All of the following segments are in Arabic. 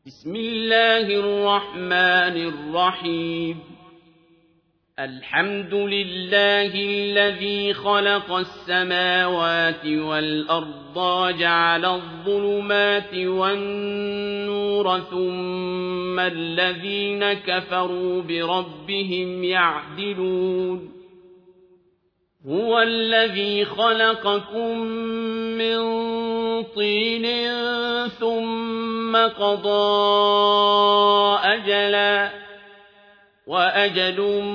بسم الله الرحمن الرحيم الحمد لله الذي خلق السماوات والأرض وجعل الظلمات والنور ثم الذين كفروا بربهم يعدلون هو الذي خلقكم من طين ثم قضى أجلا وأجل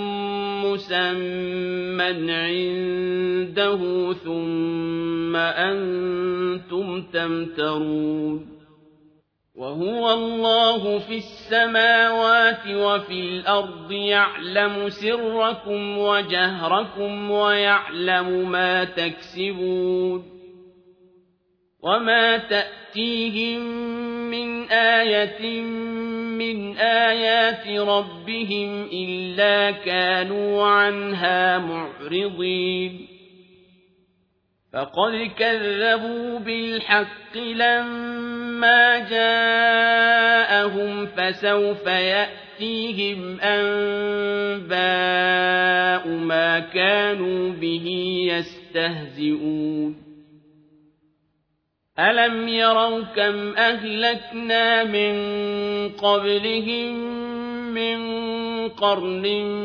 مسمى عنده ثم أنتم تمترون وهو الله في السماوات وفي الأرض يعلم سركم وجهركم ويعلم ما تكسبون وما تأتيهم من آية من آيات ربهم إلا كانوا عنها معرضين فقد كذبوا بالحق لما جاءهم فسوف يأتيهم أنباء ما كانوا به يستهزئون ألم يروا كم أهلكنا من قبلهم من قرن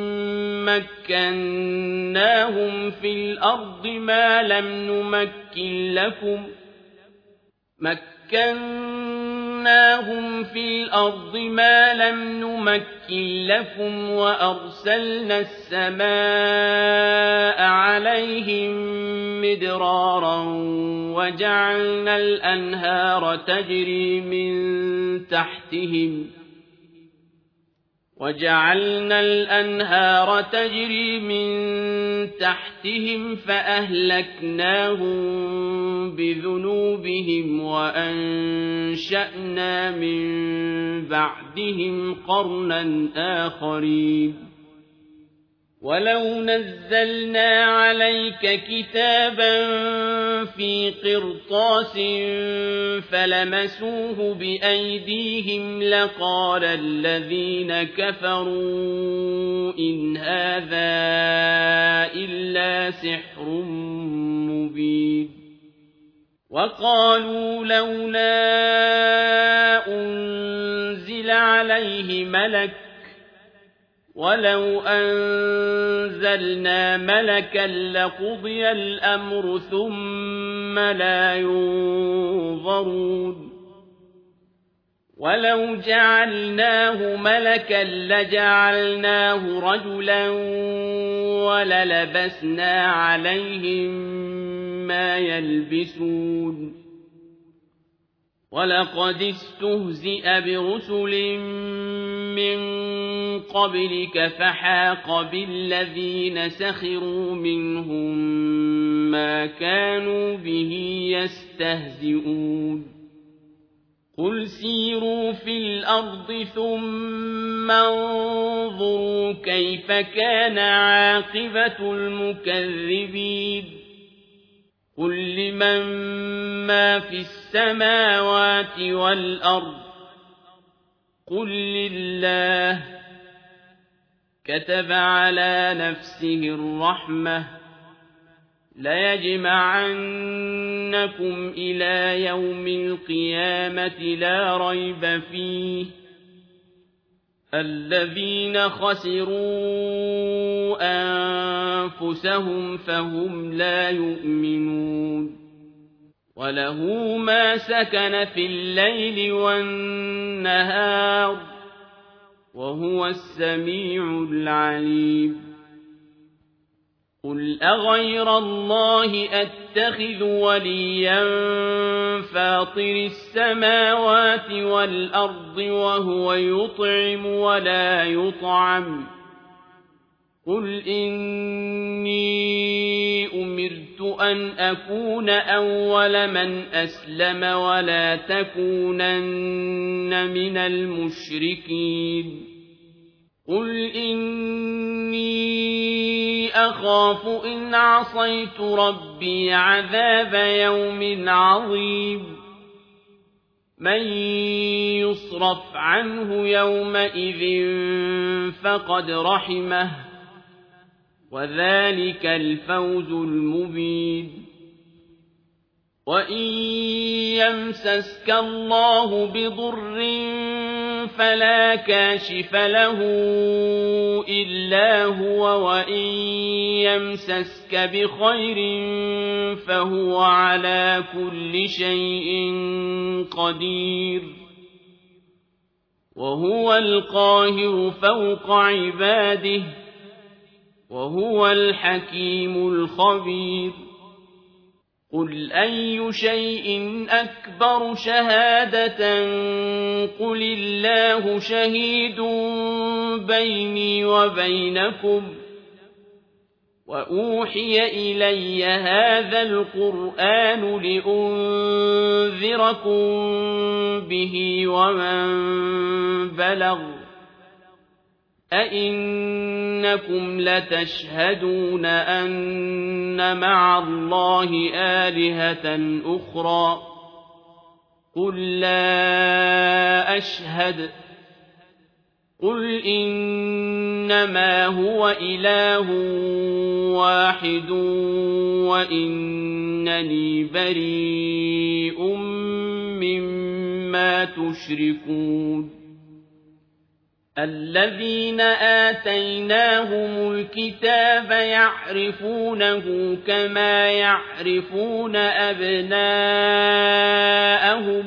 مكناهم في الأرض ما لم نمكن لكم وأرسلنا السماء عليهم مدرارا وجعلنا الأنهار تجري من تحتهم فأهلكناهم بذنوبهم وأنشأنا من بعدهم قرنا آخرين ولو نزلنا عليك كتابا في قرطاس فلمسوه بأيديهم لقال الذين كفروا إن هذا إلا سحر مبين وقالوا لولا أنزل عليه ملك ولو أنزلنا ملكا لقضي الأمر ثم لا ينظرون ولو جعلناه ملكا لجعلناه رجلا وللبسنا عليهم ما يلبسون ولقد استهزئ برسل من قبلك فحاق بالذين سخروا منهم ما كانوا به يستهزئون قل سيروا في الأرض ثم انظروا كيف كان عاقبة المكذبين قل لمن ما في السماوات والأرض قل لله كتب على نفسه الرحمة ليجمعنكم إلى يوم القيامة لا ريب فيه الذين خسروا أنفسهم فهم لا يؤمنون وله ما سكن في الليل والنهار وهو السميع العليم قل أغير الله أتخذ وليا فاطر السماوات والأرض وهو يطعم ولا يطعم قل إني أمرت أن أكون أول من أسلم ولا تكونن من المشركين قل إني أخاف إن عصيت ربي عذاب يوم عظيم من يصرف عنه يومئذ فقد رحمه وذلك الفوز المبين وإن يمسسك الله بضر فلا كاشف له إلا هو وإن يمسسك بخير فهو على كل شيء قدير وهو القاهر فوق عباده وهو الحكيم الخبير قل أي شيء أكبر شهادة قل الله شهيد بيني وبينكم وأوحي إلي هذا القرآن لأنذركم به ومن بلغ أئنكم لتشهدون أن مع الله آلهة أخرى قل لا أشهد قل إنما هو إله واحد وإنني بريء مما تشركون الذين آتيناهم الكتاب يعرفونه كما يعرفون أبناءهم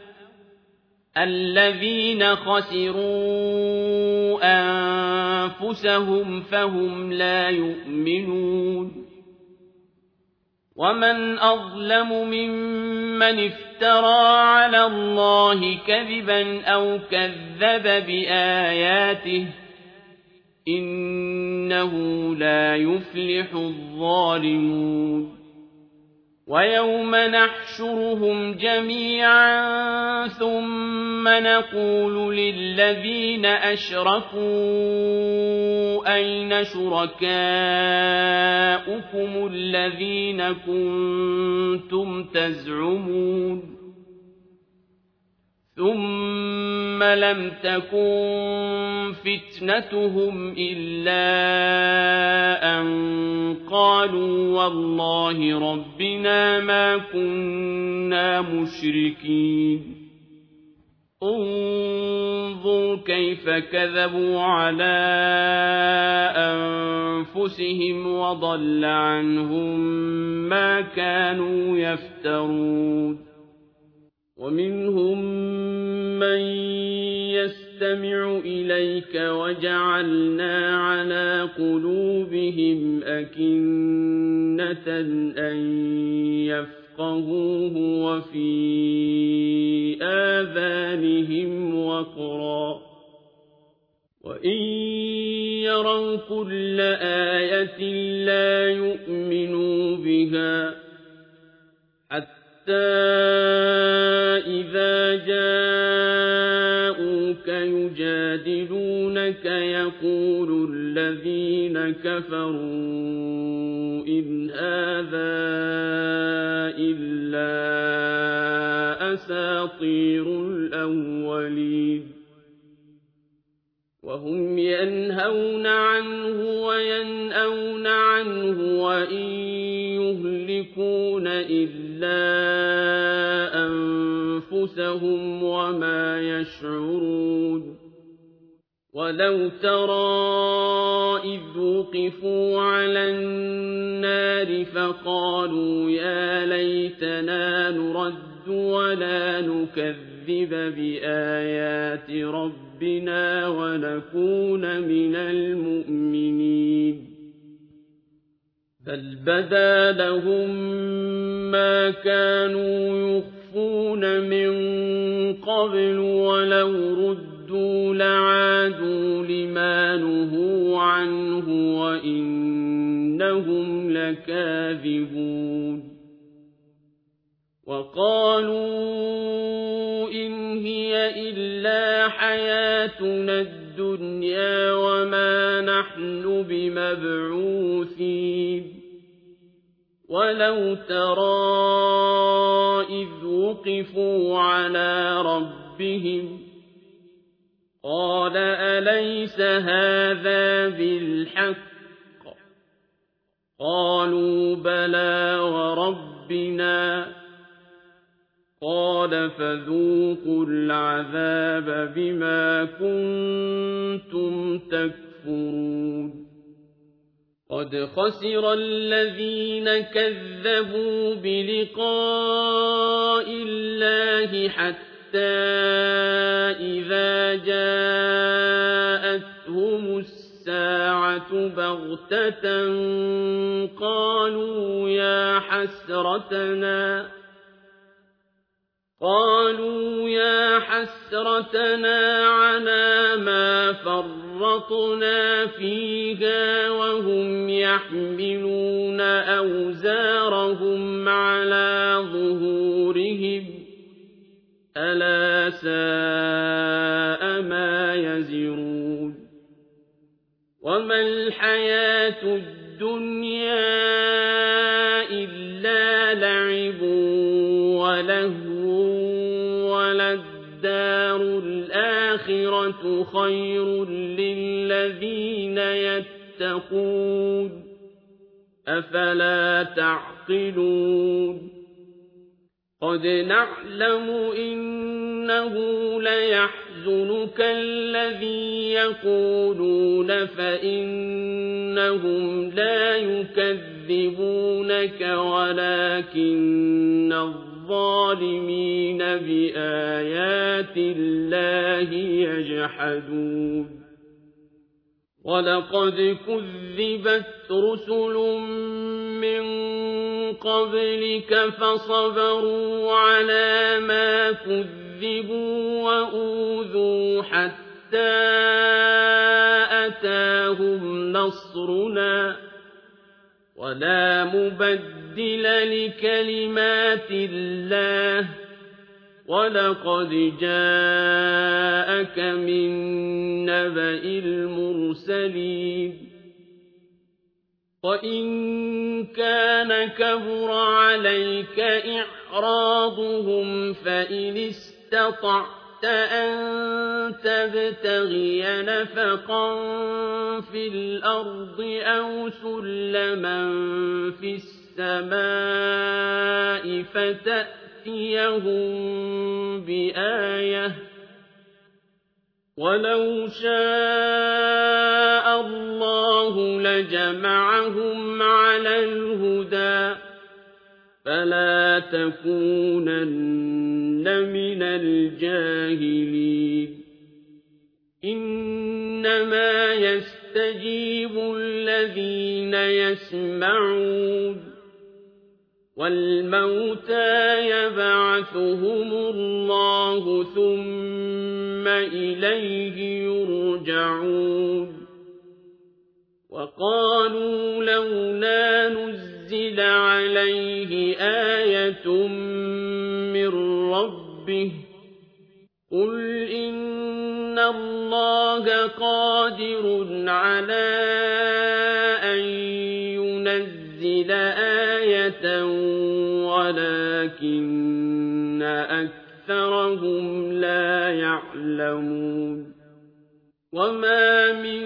الذين خسروا أنفسهم فهم لا يؤمنون ومن أظلم ممن افترى على الله كذبا أو كذب بآياته إنه لا يفلح الظالمون ويوم نحشرهم جميعا ثم نقول للذين أشركوا أين شركاؤكم الذين كنتم تزعمون ثم لم تكن فتنتهم إلا أن قالوا والله ربنا ما كنا مشركين انظر كيف كذبوا على أنفسهم وضل عنهم ما كانوا يفترون ومنهم من يستمع إليك وجعلنا على قلوبهم أكنة أن يفقهوه وفي آذانهم وقرا وإن يروا كل آية لا يؤمنوا بها إذا جاءوك يجادلونك يقول الذين كفروا إن هذا إلا أساطير الأولين وهم ينهون عنه وينأون عنه وإن يهلكون إلا أنفسهم وما يشعرون ولو ترى إذ وقفوا على النار فقالوا يا ليتنا نرد ولا نكذب بآيات ربنا ونكون من المؤمنين بل بدا لهم ما كانوا يخفون من قبل ولو ردوا لعادوا لما نهوا عنه وإنهم لكاذبون وقالوا إن هي إلا حياتنا الدنيا وما نحن بمبعوثين وَلَوْ تَرَىٰ إِذْ وُقِفُوا عَلَىٰ رَبِّهِمْ قَالَ أَلَيْسَ هَٰذَا بِالْحَقِّ ۖ قَالُوا بَلَىٰ وَرَبِّنَا ۚ قَالَ فَذُوقُوا الْعَذَابَ بِمَا كُنتُمْ تَكْفُرُونَ قَدْ خَسِرَ الَّذِينَ كَذَّبُوا بِلِقَاءِ اللَّهِ حَتَّىٰ إِذَا جَاءَتْهُمُ السَّاعَةُ بَغْتَةً قَالُوا يَا حَسْرَتَنَا عَلَىٰ مَا فَرَّطْنَا فِيهَا وَهُمْ يَحْمِلُونَ أَوْزَارَهُمْ عَلَىٰ ظُهُورِهِمْ ۚ أَلَا سَاءَ مَا يَزِرُونَ وَمَا الْحَيَاةُ الدُّنْيَا إِلَّا لَعِبٌ وَلَهْوٌ وَلَلدَّارُ الْآخِرَةُ خَيْرٌ لِّلَّذِينَ يَتَّقُونَ ۗ أَفَلَا تَعْقِلُونَ قَدْ نَعْلَمُ إِنَّهُ لَيَحْزُنُكَ الَّذِي يَقُولُونَ فَإِنَّهُمْ لَا يُكَذِّبُونَكَ وَلَٰكِنَّ الظَّالِمِينَ بِآيَاتِ اللَّهِ يَجْحَدُونَ وَلَقَدْ كُذِّبَتْ رُسُلٌ مِّن قَبْلِكَ فَصَبَرُوا عَلَىٰ مَا كُذِّبُوا وَأُوذُوا حَتَّىٰ أَتَاهُمْ نَصْرُنَا ۚ وَلَا مُبَدِّلَ لِكَلِمَاتِ اللَّهِ ۚ وَلَقَدْ جَاءَكَ مِن نَّبَإِ الْمُرْسَلِينَ وَإِن كَانَ كَبُرَ عَلَيْكَ إِعْرَاضُهُمْ فَإِنِ اسْتَطَعْتَ أَن تَبْتَغِيَ نَفَقًا فِي الْأَرْضِ أَوْ سُلَّمًا فِي السَّمَاءِ فَتَأْتِيَهُم بِآيَةٍ ۚ وَلَوْ شَاءَ اللَّهُ لَجَمَعَهُمْ عَلَى الْهُدَىٰ ۚ فَلَا تَكُونَنَّ مِنَ الْجَاهِلِينَ إِنَّمَا يَسْتَجِيبُ الَّذِينَ يَسْمَعُونَ ۘ وَالْمَوْتَىٰ يَبْعَثُهُمُ اللَّهُ ثُمَّ إِلَيْهِ يُرْجَعُونَ وَقَالُوا لَوْلَا نُزِّلَ عَلَيْهِ آيَةٌ مِّن رَّبِّهِ ۖ قُلْ إِنَّ اللَّهَ قَادِرٌ عَلَىٰ أَن يُنَزِّلَ آيَةً وَلَٰكِنَّ أَكْثَرَهُمْ لَا يَعْلَمُونَ وَمَا مِن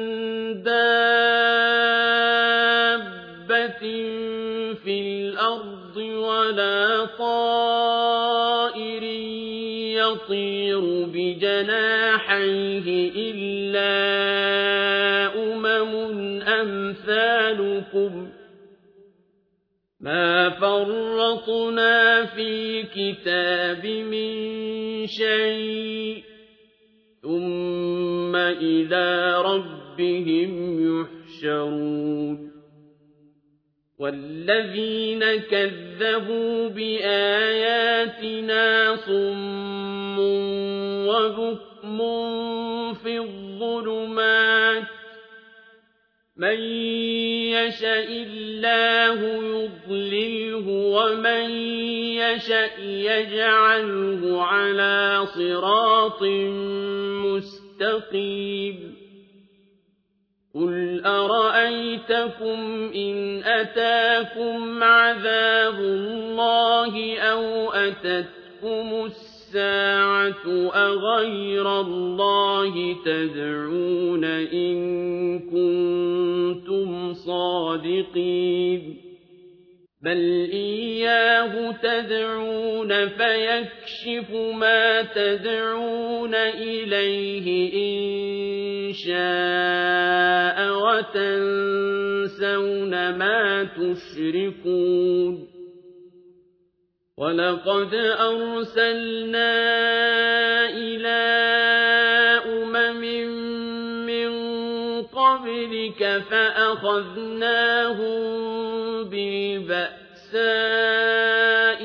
دَابَّةٍ فِي الْأَرْضِ وَلَا طَائِرٍ يَطِيرُ بِجَنَاحَيْهِ إِلَّا أَمْثَالُكُم ۚ مَّا فَرَّطْنَا فِي الْكِتَابِ مِن شَيْءٍ ۚ ثُمَّ إِلَىٰ رَبِّهِمْ يُحْشَرُونَ وَالَّذِينَ كَذَّبُوا بِآيَاتِنَا صُمٌّ وَبُكْمٌ فِي الظُّلُمَاتِ ۗ مَن يَشَإِ اللَّهُ يُضْلِلْهُ وَمَن يَشَأْ يَجْعَلْهُ عَلَىٰ صِرَاطٍ مُّسْتَقِيمٍ قُلْ أَرَأَيْتَكُمْ إِنْ أَتَاكُمْ عَذَابُ اللَّهِ أَوْ أَتَتْكُمُ السَّاعَةُ أَغَيْرَ اللَّهِ تَدْعُونَ إِن كُنتُمْ صَادِقِينَ بَلْ إِيَّاهُ تَدْعُونَ فَيَكْشِفُ مَا تَدْعُونَ إِلَيْهِ إِن شَاءَ وَتَنسَوْنَ مَا تُشْرِكُونَ وَلَقَدْ أَرْسَلْنَا إِلَىٰ أُمَمٍ مِّن قَبْلِكَ فَأَخَذْنَاهُم بِالْبَأْسَاءِ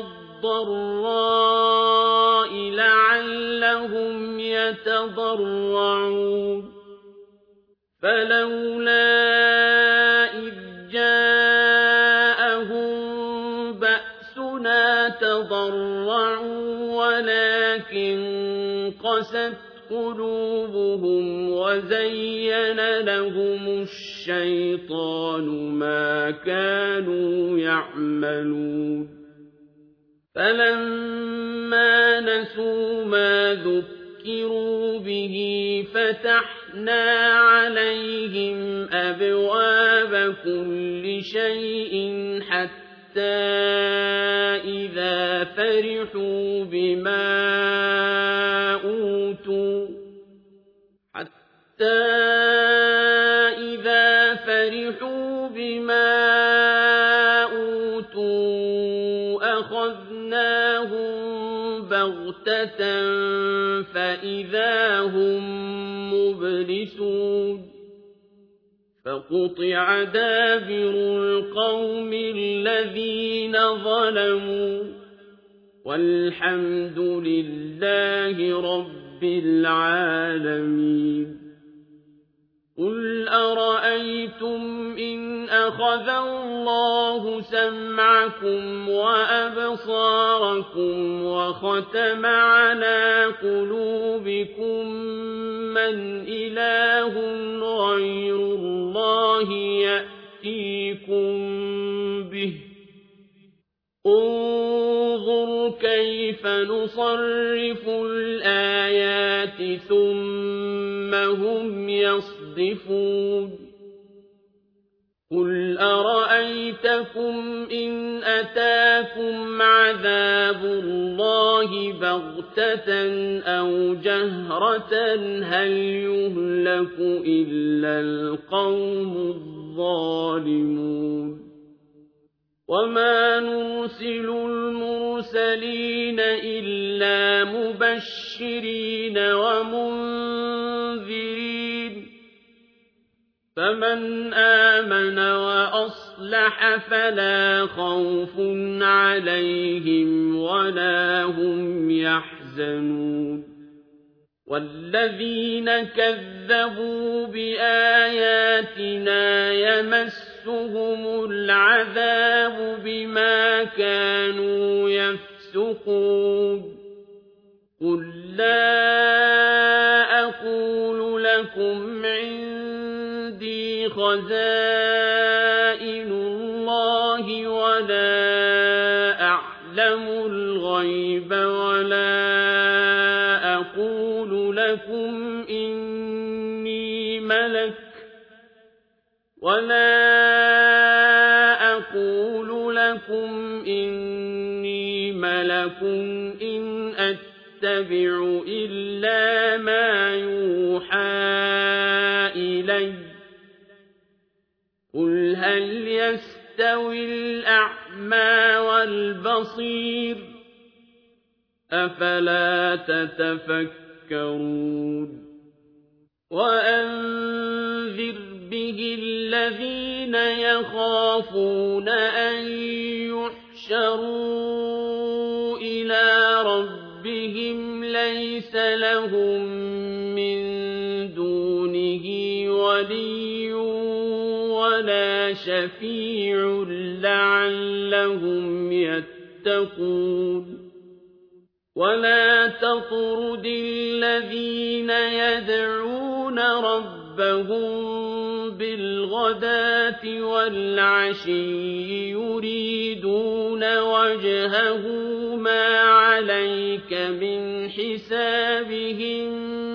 وَالضَّرَّاءِ لَعَلَّهُمْ يَتَضَرَّعُونَ فَلَوْلَا إِذْ جَاءَهُم بَأْسُنَا تَضَرَّعُوا وَلَٰكِن قَسَتْ قُلُوبُهُمْ وَزَيَّنَ لَهُمُ الشَّيْطَانُ مَا كَانُوا يَعْمَلُونَ فَلَمَّا نَسُوا مَا ذُكِّرُوا بِهِ فَتَحْنَا عَلَيْهِمْ أَبْوَابَ كُلِّ شَيْءٍ حَتَّىٰ إِذَا فَرِحُوا بِمَا أُوتُوا أَخَذْنَاهُم بَغْتَةً فَإِذَا هُم مُّبْلِسُونَ فَقُطِعَ دَابِرُ الْقَوْمِ الَّذِينَ ظَلَمُوا وَالْحَمْدُ لِلَّهِ رَبِّ الْعَالَمِينَ قُلْ أَرَأَيْتُمْ إِنْ أَخَذَ اللَّهُ سَمْعَكُمْ وَأَبْصَارَكُمْ وَخَتَمَ عَلَىٰ قُلُوبِكُم مَّنْ إِلَٰهٌ غَيْرُ اللَّهِ يَأْتِيكُم بِهِ ۗ انظُرْ كَيْفَ نُصَرِّفُ الْآيَاتِ ثُمَّ هُمْ يَصْدِفُونَ قُلْ أَرَأَيْتَكُمْ إِنْ أَتَاكُمْ عَذَابُ اللَّهِ بَغْتَةً أَوْ جَهْرَةً هَلْ يُهْلَكُ إِلَّا الْقَوْمُ الظَّالِمُونَ وَمَا نُرْسِلُ الْمُرْسَلِينَ إِلَّا مُبَشِّرِينَ وَمُنذِرِينَ فَمَنْ آمَنَ وَأَصْلَحَ فَلَا خَوْفٌ عَلَيْهِمْ وَلَا هُمْ يَحْزَنُونَ وَالَّذِينَ كَذَّبُوا بِآيَاتِنَا يَمَسُّهُمُ الْعَذَابُ بِمَا كَانُوا يَفْسُقُونَ قُل لَّا أَقُولُ لَكُمْ عِندِي خَزَائِنُ اللَّهِ وَلَا أَعْلَمُ الْغَيْبَ وَلَا أَقُولُ لَكُمْ إِنِّي مَلَكٌ إِنْ أَتَّبِعُ إِلَّا مَا يُوحَىٰ إِلَيَّ قُلْ هَلْ يَسْتَوِي الْأَعْمَىٰ وَالْبَصِيرُ أَفَلَا تَتَفَكَّرُونَ وَأَنذِرْ بِهِ الَّذِينَ يَخَافُونَ أَن يُحْشَرُوا إِلَىٰ رَبِّهِمْ لَيْسَ لَهُم مِّن دُونِهِ وَلِيٌّ وَلَا شَفِيعٌ لَّعَلَّهُمْ يَتَّقُونَ وَلَا تَطْرُدِ الَّذِينَ يَدْعُونَ رَبَّهُم بِالْغَدَاةِ وَالْعَشِيِّ يُرِيدُونَ وَجْهَهُ مَا عَلَيْكَ مِنْ حِسَابِهِم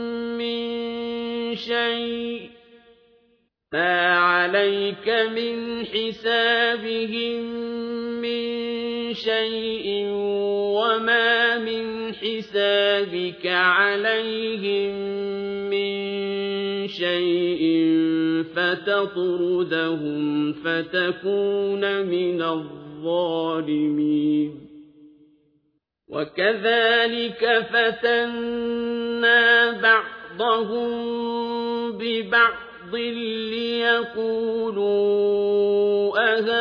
مِّن شَيْءٍ وَمَا مِنْ حِسَابِكَ عَلَيْهِم مِّن شَيْءٍ فَتَطْرُدَهُمْ فَتَكُونَ مِنَ الظَّالِمِينَ وَكَذَلِكَ فَتَنَّا بَعْضَهُم بِبَعْضٍ لِّيَقُولُوا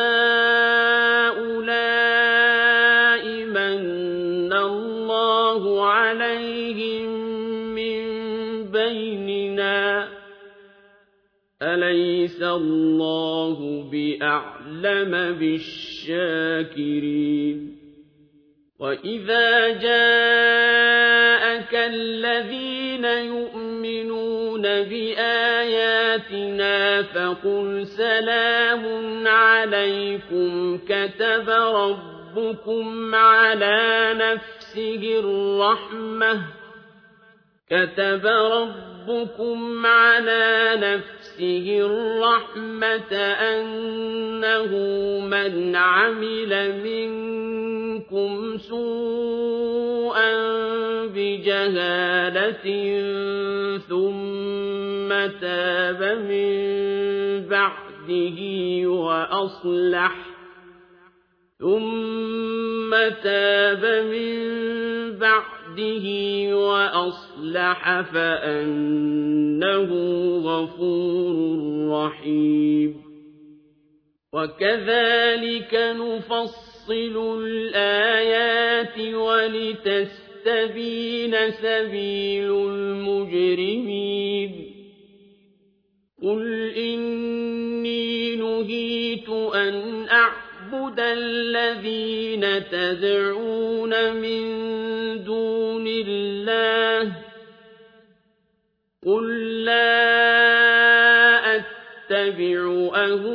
أَهَٰؤُلَاءِ مَنَّ اللَّهُ عَلَيْهِم مِّن بَيْنِنَا ۗ أَلَيْسَ اللَّهُ بِأَعْلَمَ بِالشَّاكِرِينَ وَإِذَا جَاءَكَ الَّذِينَ يُؤْمِنُونَ بِآيَاتِنَا فَقُلْ سَلَامٌ عَلَيْكُمْ كَتَبَ رَبُّكُمْ عَلَىٰ نَفْسِهِ الرَّحْمَةَ أَنَّهُ مَنْ عَمِلَ مِنكُمْ سُوءًا بِجَهَالَةٍ ثُمَّ تَابَ مِن بَعْدِهِ وَأَصْلَحَ فَأَنَّهُ غَفُورٌ رَّحِيمٌ وَكَذَلِكَ نُفَصِّلُ الْآيَاتِ وَلِتَسْتَبِينَ سَبِيلُ الْمُجْرِمِينَ قُلْ إِنِّي نُهِيتُ أَنْ أَعْبُدَ الَّذِينَ تَدْعُونَ مِن دُونِ اللَّهِ قُل لَّا أَتَّبِعُ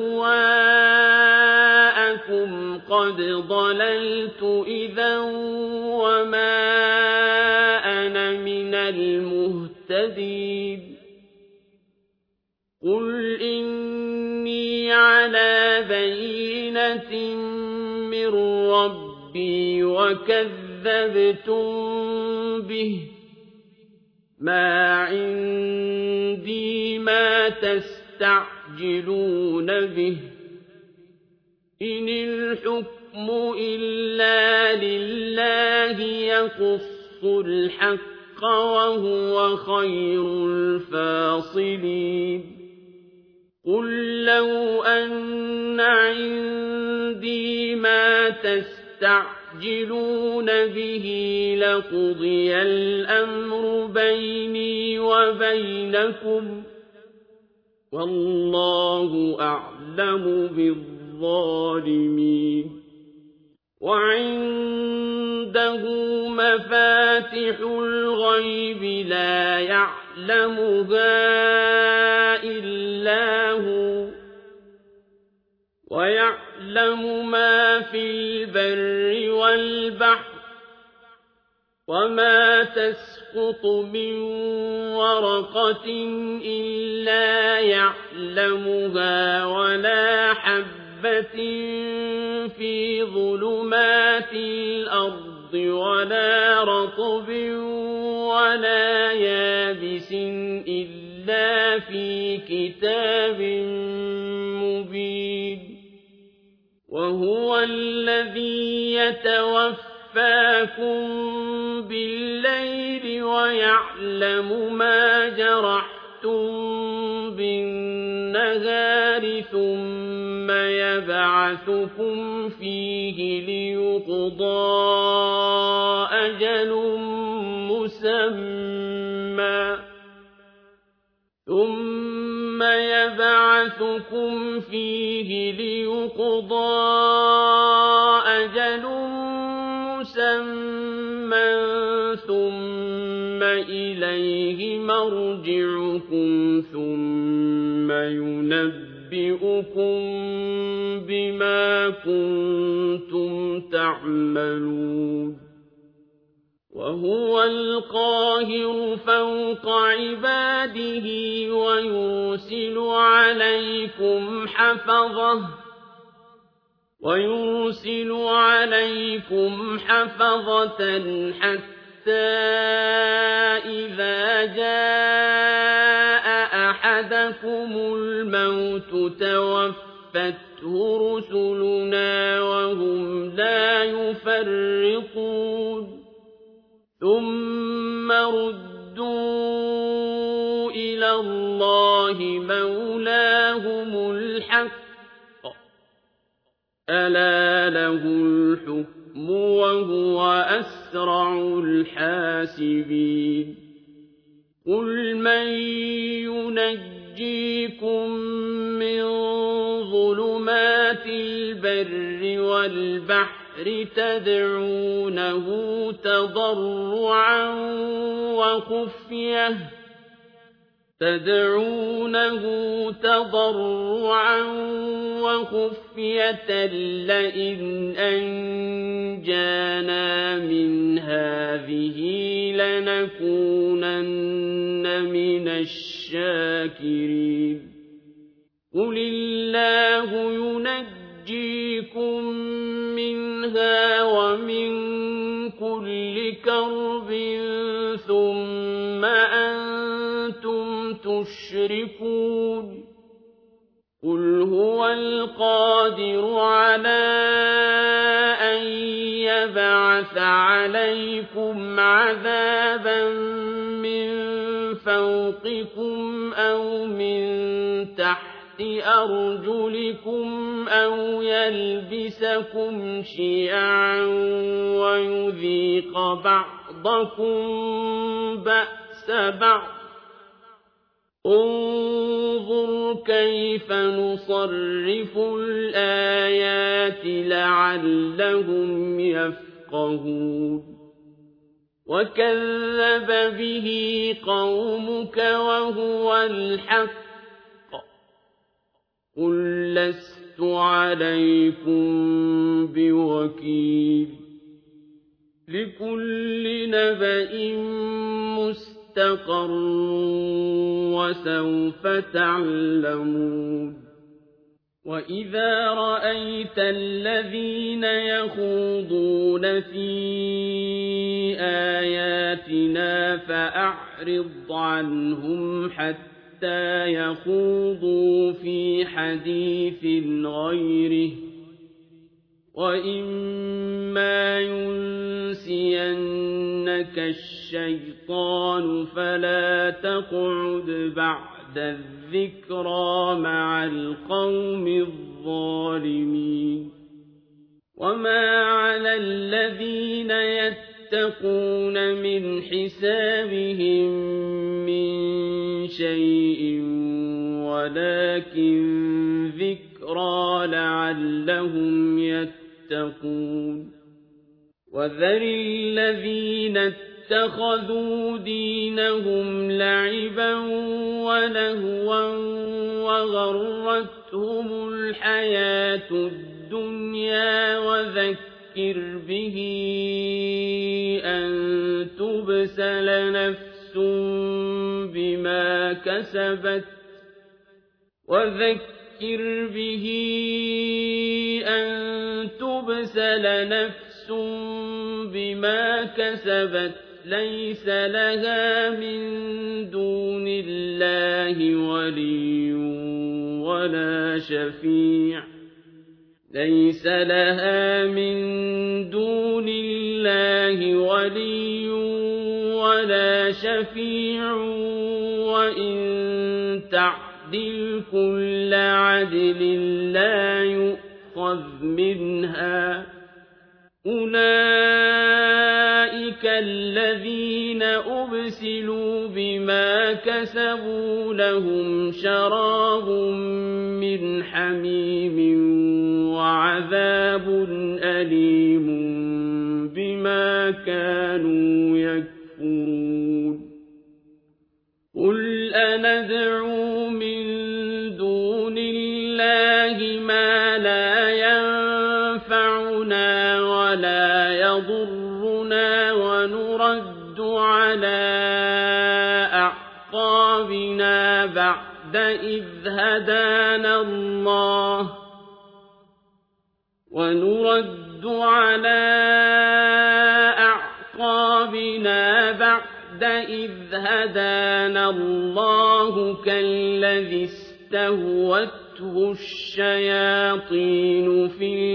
أَهْوَاءَكُمْ قَدْ ضَلَلْتُ إِذًا وَمَا أَنَا مِنَ الْمُهْتَدِينَ قُلْ إِنِّي عَلَىٰ بَيِّنَةٍ مِّن رَّبِّي وَكَذَّبْتُم بِهِ ۚ مَا عِندِي مَا تَسْتَعْجِلُونَ بِهِ ۚ إِنِ الْحُكْمُ إِلَّا لِلَّهِ يَقُصُّ الْحَقَّ وَهُوَ خَيْرُ الْفَاصِلِينَ قُل لَّوْ أَنَّ عِندِي مَا تَسْتَعْجِلُونَ بِهِ لَقُضِيَ الْأَمْرُ بَيْنِي وَبَيْنَكُمْ ۗ وَاللَّهُ أَعْلَمُ بِالظَّالِمِينَ وَعِندَهُ مَفَاتِحُ الْغَيْبِ لَا يَعْلَمُهَا إِلَّا هُوَ وَيَعْلَمُ مَا فِي الْبَرِّ وَالْبَحْرِ وَمَا تَسْقُطُ مِن وَرَقَةٍ إِلَّا يَعْلَمُهَا وَلَا حَبَّةٍ فِي ظُلُمَاتِ الْأَرْضِ وَلَا رَطْبٍ وَلَا يَابِسٍ إِلَّا فِي كِتَابٍ مُّبِينٍ وَهُوَ الَّذِي يَتَوَفَّاكُم بِاللَّيْلِ وَيَعْلَمُ مَا جَرَحْتُم بِالنَّهَارِ ثُمَّ يَبْعَثُكُمْ فِيهِ لِيُقْضَىٰ أَجَلٌ مُّسَمًّى ثُمَّ إِلَيْهِ مَرْجِعُكُمْ ثُمَّ يُنَبِّئُكُم بِمَا كُنتُمْ تَعْمَلُونَ وَهُوَ الْقَاهِرُ فَوْقَ عِبَادِهِ وَيُرْسِلُ عَلَيْكُمْ حَفَظَةً حَتَّى إِذَا جَاءَ أَحَدَكُمُ الْمَوْتُ تَوَفَّتْهُ رُسُلُنَا وَهُمْ لَا يُفَرِّطُونَ ثُمَّ رُدُّوا إِلَى اللَّهِ مَوْلَاهُمُ الْحَقِّ أَلَا لَهُ الْحُكْمُ وَهُوَ أَسْرَعُ الْحَاسِبِينَ قُلْ مَن يُنَجِّيكُم مِّن ظُلُمَاتِ الْبَرِّ وَالْبَحْرِ تَدْعُونَهُ تَضَرُّعًا وَخُفْيَةً لَّئِنْ أَنجَانَا مِنْ هَٰذِهِ لَنَكُونَنَّ مِنَ الشَّاكِرِينَ قُلِ اللَّهُ يُنَجِّيكُم مِّنْهَا وَمِن كُلِّ كَرْبٍ ثُمَّ أَنتُمْ تُشْرِكُونَ قُلْ هُوَ الْقَادِرُ عَلَىٰ أَن يَبْعَثَ عَلَيْكُمْ عَذَابًا مِّن فَوْقِكُمْ أَوْ مِن تَحْتِ أَرْجُلِكُمْ أَوْ يَلْبِسَكُمْ شِيَعًا وَيُذِيقَ بَعْضَكُم بَأْسَ بَعْضٍ انظُرْ كَيْفَ نُصَرِّفُ الْآيَاتِ لَعَلَّهُمْ يَفْقَهُونَ وَكَذَّبَ بِهِ قَوْمُكَ وَهُوَ الْحَقُّ قُل لَّسْتُ عَلَيْكُم بِوَكِيلٍ لِّكُلِّ نَبَإٍ مُّسْتَقَرٌّ وَسَوْفَ تَعْلَمُونَ وَإِذَا رَأَيْتَ الَّذِينَ يَخُوضُونَ فِي آيَاتِنَا فَأَعْرِضْ عَنْهُمْ حَتَّىٰ يَخُوضُوا فِي حَدِيثٍ غَيْرِهِ وَإِمَّا يُنسِيَنَّكَ الشَّيْطَانُ فَلَا تَقْعُدْ بَعْدَ الذِّكْرَىٰ مَعَ الْقَوْمِ الظَّالِمِينَ وَمَا عَلَى الَّذِينَ يَتَّقُونَ مِنْ حِسَابِهِم مِّن شَيْءٍ وَلَٰكِن ذِكْرَىٰ لَعَلَّهُمْ يَتَّقُونَ وَذَرِ الَّذِينَ اتَّخَذُوا دِينَهُمْ لَعِبًا وَلَهْوًا وَغَرَّتْهُمُ الْحَيَاةُ الدُّنْيَا وَذَكِّرْ بِهِ أَن تُبْسَلَ نَفْسٌ بِمَا كَسَبَتْ لَيْسَ لَهَا مِن دُونِ اللَّهِ وَلِيٌّ وَلَا شَفِيعٌ وَإِن تَعْدِلْ كُلَّ عَدْلٍ لَّا يُؤْخَذْ مِنْهَا ۗ أُولَٰئِكَ الَّذِينَ أُبْسِلُوا بِمَا كَسَبُوا لَهُمْ شَرَابٌ مِّنْ حَمِيمٍ وَعَذَابٌ أَلِيمٌ بِمَا كَانُوا يَكْفُرُونَ قُلْ أَنَدْعُو مِن دُونِ اللَّهِ مَا لَا يَنفَعُنَا وَلَا يَضُرُّنَا وَنُرَدُّ عَلَىٰ أَعْقَابِنَا بَعْدَ إِذْ هَدَانَا اللَّهُ كَالَّذِي اسْتَهْوَتْهُ الشَّيَاطِينُ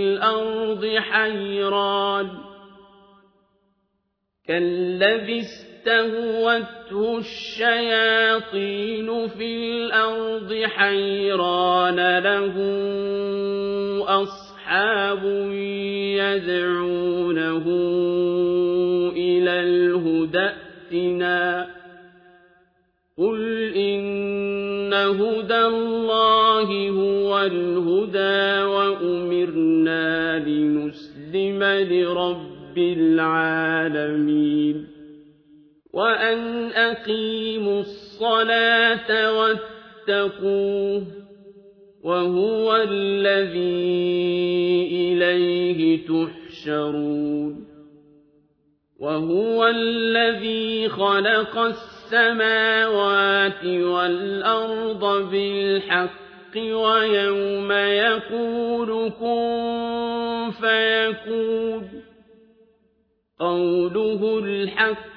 فِي الْأَرْضِ حَيْرَانَ لَهُ أَصْحَابٌ يَدْعُونَهُ إِلَى الْهُدَى ائْتِنَا ۗ قُلْ إِنَّ هُدَى اللَّهِ هُوَ الْهُدَىٰ وَأُمِرْنَا لِنُسْلِمَ لِرَبِّ الْعَالَمِينَ وَأَنْ أَقِيمُوا الصَّلَاةَ وَاتَّقُوهُ وَهُوَ الَّذِي إِلَيْهِ تُحْشَرُونَ وَهُوَ الَّذِي خَلَقَ السَّمَاوَاتِ وَالْأَرْضَ بِالْحَقِّ وَيَوْمَ يَقُولُ كُن فَيَكُونُ قَوْلُهُ الْحَقُّ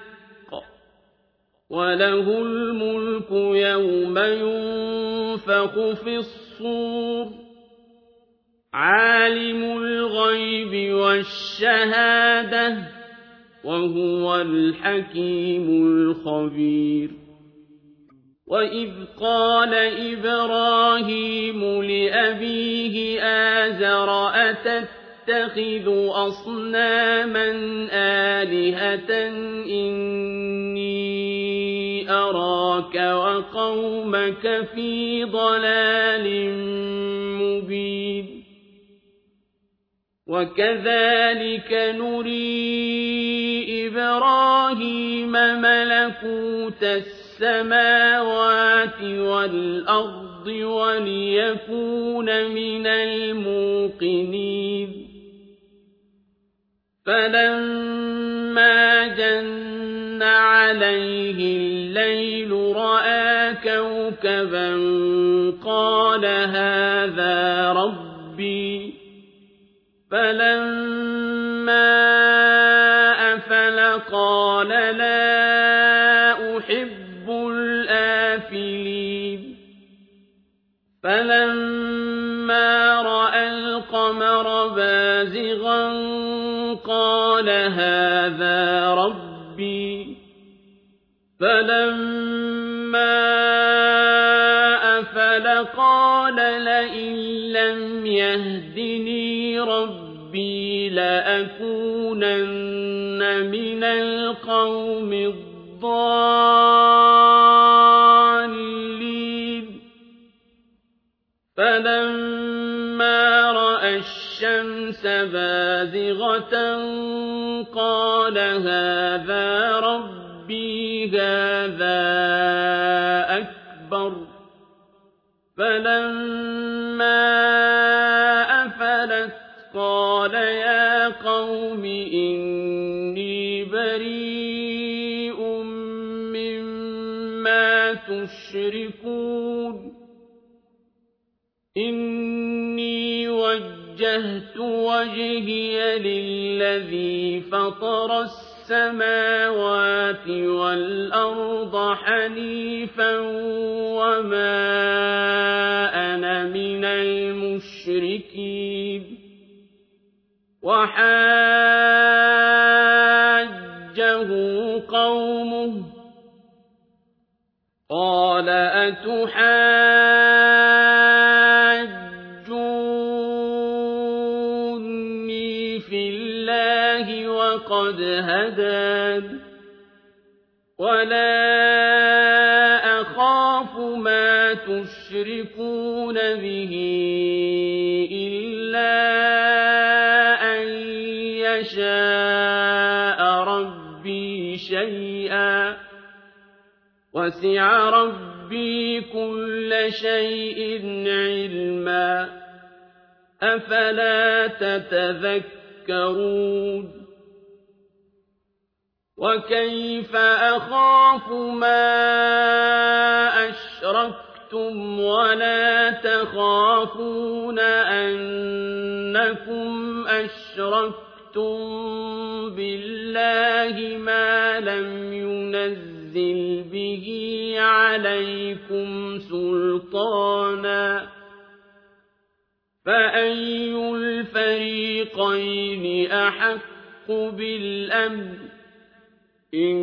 وَلَهُ الْمُلْكُ يَوْمَ يُنفَخُ فِي الصُّورِ عَالِمُ الْغَيْبِ وَالشَّهَادَةِ وَهُوَ الْحَكِيمُ الْخَبِيرُ وَإِذْ قَالَ إِبْرَاهِيمُ لِأَبِيهِ آزَرَ أَتَتَّخِذُ أَصْنَامًا آلِهَةً إِنِّي أَرَاكَ وَقَوْمَكَ فِي ضَلَالٍ مُّبِينٍ وَكَذَٰلِكَ نُرِي إِبْرَاهِيمَ مَلَكُوتَ السَّمَاوَاتِ وَالْأَرْضِ وَلِيَكُونَ مِنَ الْمُوقِنِينَ فَلَمَّا جَنَّ عَلَيْهِ اللَّيْلُ رَأَىٰ كَوْكَبًا قَالَ هَٰذَا رَبِّي فَلَمَّا أَفَلَ قَالَ لَا أُحِبُّ الْآفِلِينَ فَلَمَّا رَأَى الْقَمَرَ بَازِغًا قَالَ هَٰذَا رَبِّي فَلَمَّا أَفَلَ قَالَ لَئِن لَّمْ يَهْدِنِي رَبِّي لَأَكُونَنَّ مِنَ الْقَوْمِ الضَّالِّينَ فَلَمَّا رَأَى الشَّمْسَ بَازِغَةً قَالَ هَٰذَا رَبِّي هَٰذَا أَكْبَرُ فَلَمَّا أَفَلَتْ قَالَ يَا قَوْمِ إِنِّي بَرِيءٌ مِّمَّا تُشْرِكُونَ إِنِّي وَجَّهْتُ وَجْهِيَ لِلَّذِي فَطَرَ السَّمَاوَاتِ وَالْأَرْضَ حَنِيفًا وَمَا أَنَا مِنَ الْمُشْرِكِينَ وَحَاجَّهُ قَوْمُهُ قَالَ أَتُحَاجُّونِّي فِي اللَّهِ وَقَدْ هَدَانِ وَلَا أَخَافُ مَا تُشْرِكُونَ بِهِ إِلَّا أَن يَشَاءَ رَبِّي شَيْئًا وَسِعَ رَبِّي كُلَّ شَيْءٍ عِلْمًا أَفَلَا تَتَذَكَّرُونَ وَكَيْفَ أَخَافُ مَا أَشْرَكْتُمْ وَلَا تَخَافُونَ أَنَّكُمْ أَشْرَكْتُم بِاللَّهِ مَا لَمْ يُنَزِّلْ بِهِ عَلَيْكُمْ سُلْطَانًا فَأَيُّ الْفَرِيقَيْنِ أَحَقُّ بِالْأَمْنِ إِن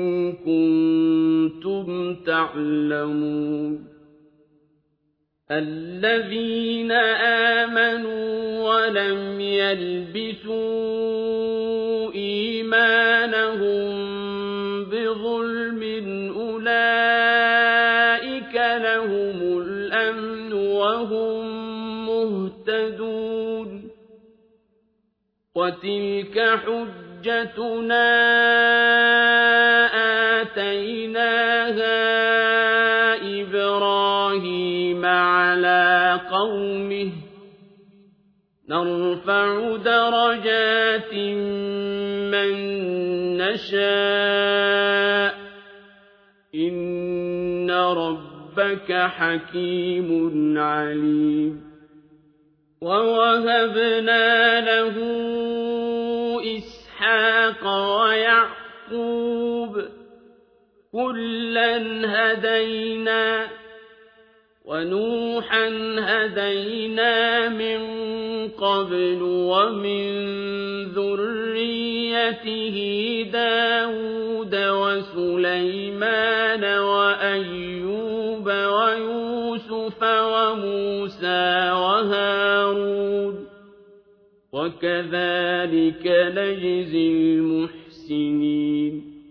كُنتُمْ تَعْلَمُونَ الَّذِينَ آمَنُوا وَلَمْ يَلْبِسُوا إِيمَانَهُم بِظُلْمٍ أُولَٰئِكَ لَهُمُ الْأَمْنُ وَهُم مُّهْتَدُونَ وَتِلْكَ حُجَّتُنَا آتَيْنَاهَا إِبْرَاهِيمَ عَلَىٰ قَوْمِهِ نَرْفَعُ دَرَجَاتٍ مَّن نَّشَاءُ ۗ إِنَّ رَبَّكَ حَكِيمٌ عَلِيمٌ وَوَهَبْنَا لَهُ إِسْحَاقَ وَيَعْقُوبَ كُلًّا هَدَيْنَا وَنُوحًا هَدَيْنَا مِن قَبْلُ وَمِن ذُرِّيَّتِهِ دَاوُودَ وَسُلَيْمَانَ وَأَيُّوبَ وَيُوسُفَ وَمُوسَىٰ وَهَارُونَ وَكَذَٰلِكَ نَجْزِي الْمُحْسِنِينَ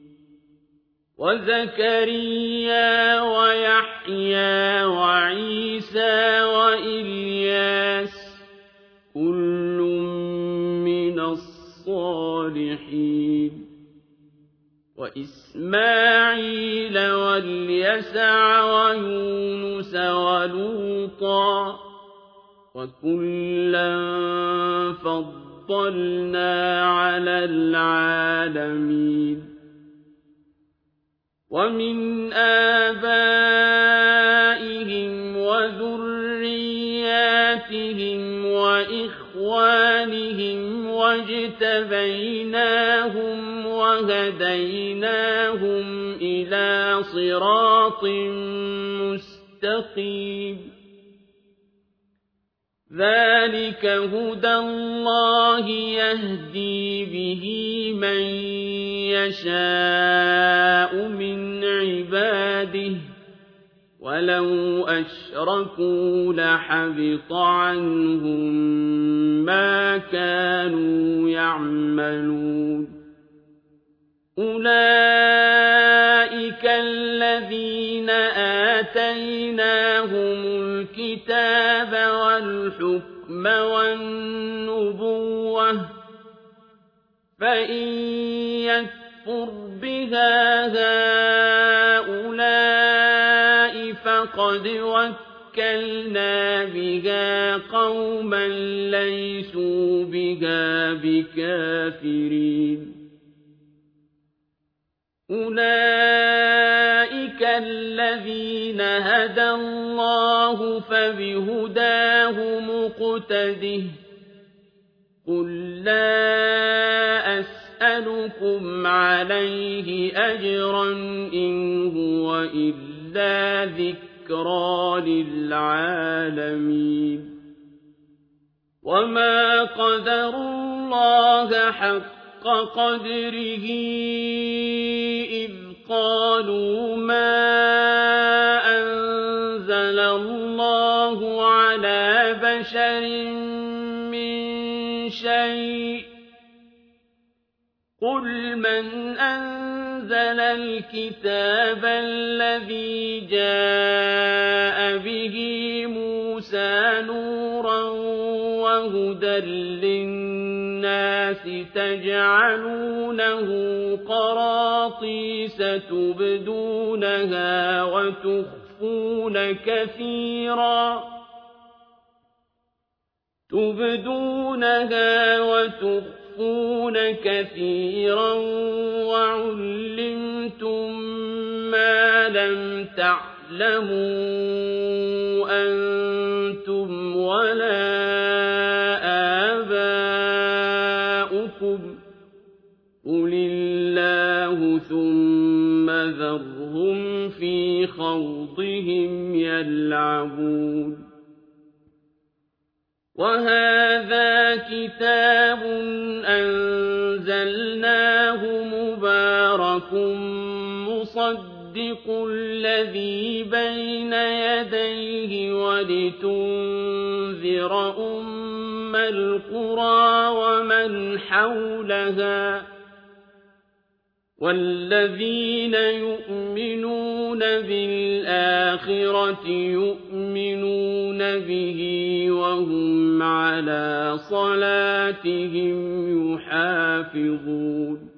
وَزَكَرِيَّا وَيَحْيَىٰ وَعِيسَىٰ وَإِلْيَاسَ كُلٌّ مِّنَ الصَّالِحِينَ وَإِسْمَاعِيلَ وَالْيَسَعَ وَيُونُسَ وَلُوطًا وَكُلًّا فَضَّلْنَا عَلَى الْعَالَمِينَ وَمِنْ آبَائِهِمْ وَذُرِّيَّاتِهِمْ وَإِخْوَانِهِمْ وَاجْتَبَيْنَاهُمْ وَهَدَيْنَاهُمْ إِلَىٰ صِرَاطٍ مُّسْتَقِيمٍ ذَٰلِكَ هُدَى اللَّهِ يَهْدِي بِهِ مَن يَشَاءُ مِنْ عِبَادِهِ ۚ وَلَوْ أَشْرَكُوا لَحَبِطَ عَنْهُم مَّا كَانُوا يَعْمَلُونَ أُولَٰئِكَ الَّذِينَ آتَيْنَاهُمُ الْكِتَابَ وَالْحُكْمَ وَالنُّبُوَّةَ ۚ فَإِن يَكْفُرْ بِهَا هَٰؤُلَاءِ فَقَدْ وَكَّلْنَا بِهَا قَوْمًا لَّيْسُوا بِهَا بِكَافِرِينَ أُولَٰئِكَ الَّذِينَ هَدَى اللَّهُ فَبِهُدَاهُ مُقْتَدِهْ ۗ قُل لَّا أَسْأَلُكُمْ عَلَيْهِ أَجْرًا إِنْ هُوَ إِلَّا ذِكْرَىٰ لِلْعَالَمِينَ وَمَا قَدَرُوا اللَّهَ حَقَّ قَدْرِهِ إِذْ قَالُوا مَا أَنزَلَ اللَّهُ عَلَىٰ بَشَرٍ مِّن شَيْءٍ ۗ قُلْ مَنْ أَنزَلَ الْكِتَابَ الَّذِي جَاءَ بِهِ مُوسَىٰ نُورًا وَهُدًى لِّلنَّاسِ النَّاسِ تَجْعَلُونَهُ قَرَاطِيسَ تُبْدُونَهَا وَتُخْفُونَ كَثِيرًا وَعُلِّمْتُم مَّا لَمْ تَعْلَمُوا أَنتُمْ وَلَا آبَاؤُكُمْ ۖ قُلِ اللَّهُ ثُمَّ ذَرْهُمْ فِي خَوْضِهِمْ يَلْعَبُونَ وَهَٰذَا كِتَابٌ أَنزَلْنَاهُ مُبَارَكٌ مُّصَدِّقُ الَّذِي بَيْنَ يَدَيْهِ وَلِتُنذِرَ أُمَّ الْقُرَىٰ وَمَنْ حَوْلَهَا ۚ وَالَّذِينَ يُؤْمِنُونَ بِالْآخِرَةِ يُؤْمِنُونَ بِهِ وَهُمْ عَلَىٰ صَلَاتِهِمْ يُحَافِظُونَ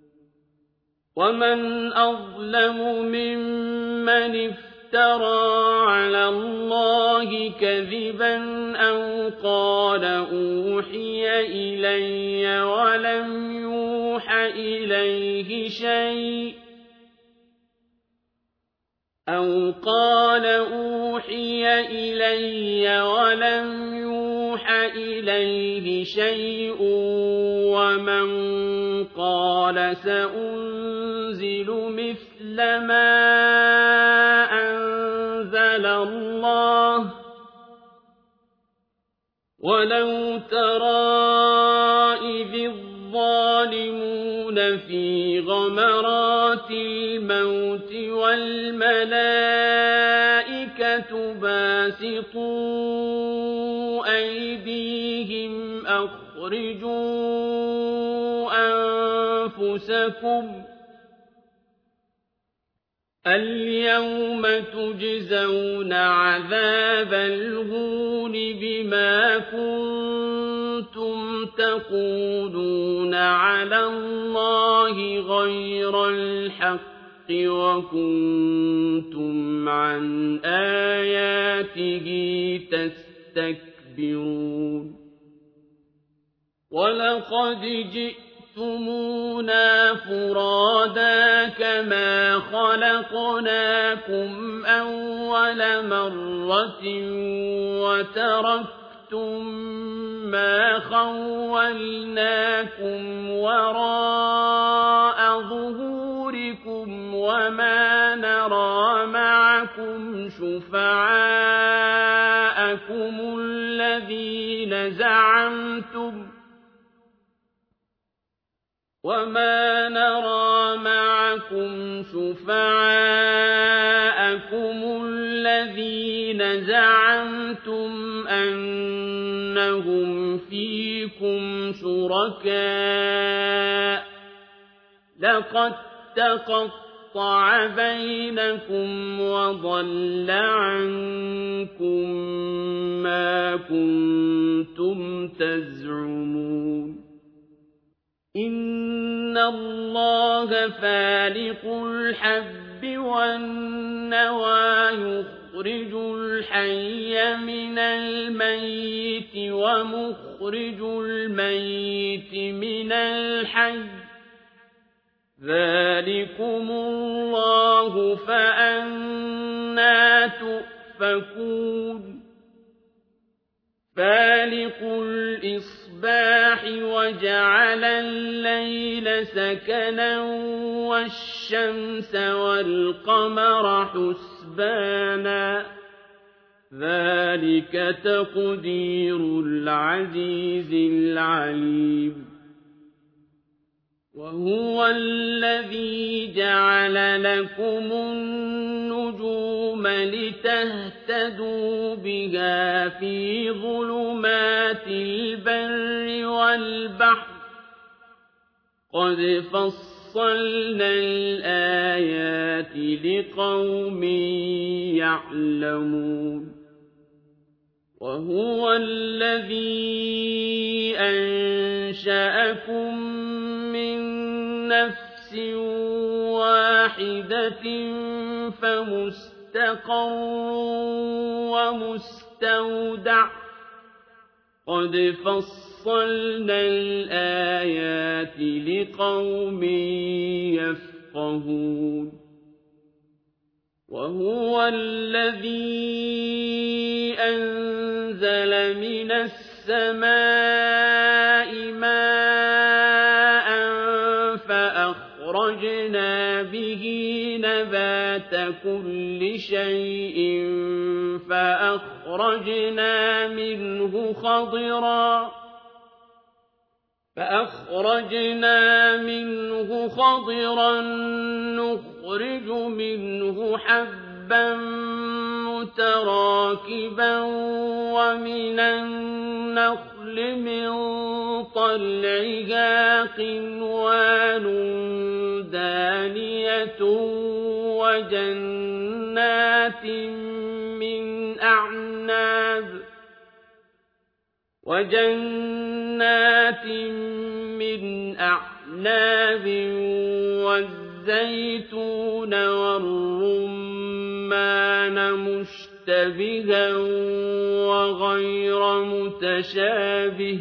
وَمَنْ أَظْلَمُ مِمَّنِ افْتَرَىٰ عَلَى اللَّهِ كَذِبًا أَوْ قَالَ أُوحِيَ إِلَيَّ وَلَمْ يُوحَ إِلَيْهِ شَيْءٌ وَمَنْ قَالَ سَأُنزِلُ مِثْلَ مَا أَنزَلَ اللَّهُ ۗ وَلَوْ تَرَىٰ إِذِ الظَّالِمُونَ فِي غَمَرَاتِ الْمَوْتِ وَالْمَلَائِكَةُ بَاسِطُو أَيْدِيهِمْ أَخْرِجُوا أَنفُسَكُمُ الْيَوْمَ تُجْزَوْنَ عَذَابَ الْهُونِ بِمَا كُنتُمْ تَقُولُونَ عَلَى اللَّهِ غَيْرَ الْحَقِّ وَكُنتُمْ عَنْ آيَاتِهِ تَسْتَكْبِرُونَ وَلَقَدْ جِئْتُمُونَا فُرَادَىٰ كَمَا خَلَقْنَاكُمْ أَوَّلَ مَرَّةٍ وَتَرَكْتُم مَّا خَوَّلْنَاكُمْ وَرَاءَ ظُهُورِكُمْ وَمَا نَرَىٰ مَعَكُمْ شُفَعَاءَكُمُ الَّذِينَ زَعَمْتُمْ أَنَّهُمْ فِيكُمْ شُرَكَاءُ ۚ لَقَد تَّقَطَّعَ بَيْنَكُمْ وَضَلَّ عَنكُم مَّا كُنتُمْ تَزْعُمُونَ إِنَّ اللَّهَ فَالِقُ الْحَبِّ وَالنَّوَىٰ يُخْرِجُ الْحَيَّ مِنَ الْمَيِّتِ وَمُخْرِجُ الْمَيِّتِ مِنَ الْحَيِّ ۚ ذَٰلِكُمُ اللَّهُ فَأَنَّىٰ تُؤْفَكُونَ فَالِقُ الْإِصْبَاحِ وَجَعَلَ اللَّيْلَ سَكَنًا وَالشَّمْسَ وَالْقَمَرَ حُسْبَانًا ۚ ذَٰلِكَ تَقْدِيرُ الْعَزِيزِ الْعَلِيمِ وَهُوَ الَّذِي جَعَلَ لَكُمُ النُّجُومَ لِتَهْتَدُوا بِهَا فِي ظُلُمَاتِ الْبَرِّ وَالْبَحْرِ ۗ قَدْ فَصَّلْنَا الْآيَاتِ لِقَوْمٍ يَعْلَمُونَ وَهُوَ الَّذِي أَنشَأَكُم مِّن نَّفْسٍ وَاحِدَةٍ فَمُسْتَقَرٌّ وَمُسْتَوْدَعٌ ۗ قَدْ فَصَّلْنَا الْآيَاتِ لِقَوْمٍ يَفْقَهُونَ وَهُوَ الَّذِي أَنزَلَ مِنَ السَّمَاءِ مَاءً فَأَخْرَجْنَا بِهِ نَبَاتَ كُلِّ شَيْءٍ فَأَخْرَجْنَا مِنْهُ خَضِرًا نُّخْرِجُ مِنْهُ حَبًّا مُّتَرَاكِبًا وَمِنَ النَّخْلِ مِن طَلْعِهَا قِنْوَانٌ دَانِيَةٌ وَجَنَّاتٍ مِّنْ أَعْنَابٍ وَالزَّيْتُونَ وَالرُّمَّانَ مُشْتَبِهًا وَغَيْرَ مُتَشَابِهٍ ۗ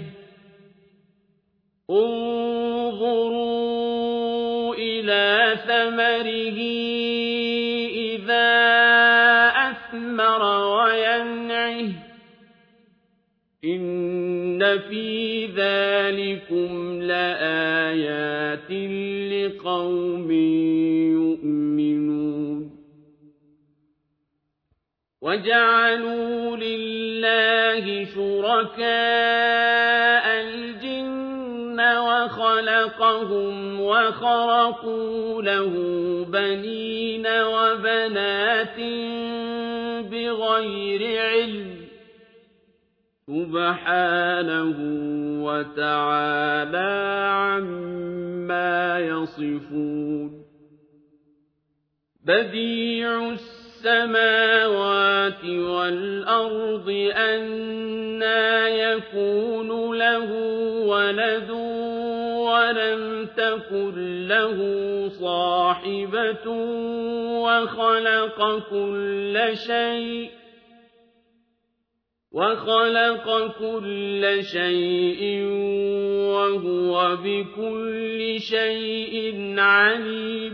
انظُرُوا إِلَىٰ ثَمَرِهِ إِذَا أَثْمَرَ وَيَنْعِهِ ۚ إِنَّ فِي ذَٰلِكُمْ لَآيَاتٍ لِّقَوْمٍ يُؤْمِنُونَ وَجَعَلُوا لِلَّهِ شُرَكَاءَ الْجِنَّ وَخَلَقَهُمْ وَخَرَقُوا لَهُ بَنِينَ وَبَنَاتٍ بِغَيْرِ عِلْمٍ ۚ سُبْحَانَهُ وَتَعَالَىٰ عَمَّا يَصِفُونَ بَدِيعُ السَّمَاوَاتِ وَالْأَرْضِ أَنَّىٰ يَكُونُ لَهُ وَلَدٌ وَلَمْ تَكُن لَّهُ صَاحِبَةٌ وَخَلَقَ كُلَّ شَيْءٍ وَهُوَ بِكُلِّ شَيْءٍ عَلِيمٌ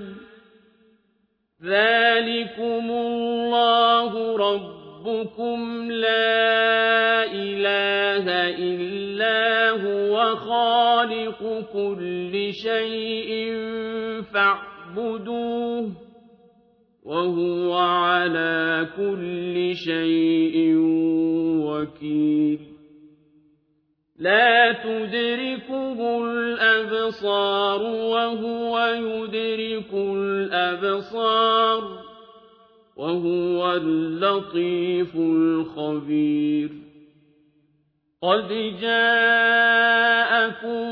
ذَٰلِكُمُ اللَّهُ رَبُّكُمْ لَا إِلَٰهَ إِلَّا هُوَ خَالِقُ كُلِّ شَيْءٍ فَاعْبُدُوهُ ۚ وَهُوَ عَلَىٰ كُلِّ شَيْءٍ وَكِيلٌ لَا تُدْرِكُهُ الْأَبْصَارُ وَهُوَ يُدْرِكُ الْأَبْصَارَ ۖ وَهُوَ اللَّطِيفُ الْخَبِيرُ قَدْ جَاءَكُم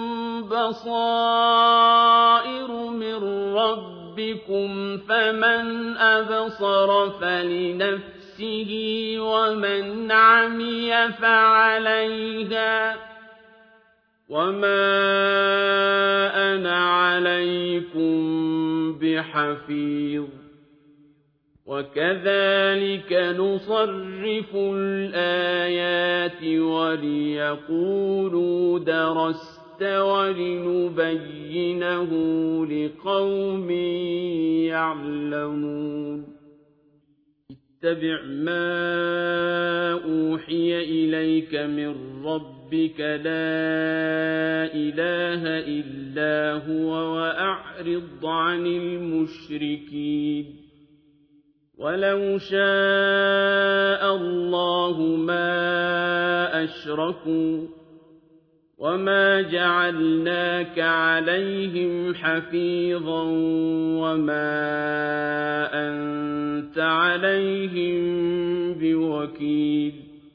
بَصَائِرُ مِن رَّبِّكُمْ ۖ فَمَنْ أَبْصَرَ فَلِنَفْسِهِ وَمَنْ عَمِيَ فَعَلَيْهَا ۚ وَمَا أَنَا عَلَيْكُم بِحَفِيظٍ وَكَذَٰلِكَ نُصَرِّفُ الْآيَاتِ وَلِيَقُولُوا دَرَسْتَ وَلِنُبَيِّنَهُ لِقَوْمٍ يَعْلَمُونَ اتَّبِعْ مَا أُوحِيَ إِلَيْكَ مِن رَّبِّكَ لَا إِلَٰهَ إِلَّا هُوَ وَأَعْرِضْ عَنِ الْمُشْرِكِينَ وَلَوْ شَاءَ اللَّهُ مَا أَشْرَكُوا وَمَا جَعَلْنَاكَ عَلَيْهِمْ حَفِيظًا وَمَا أَنتَ عَلَيْهِم بِوَكِيلٍ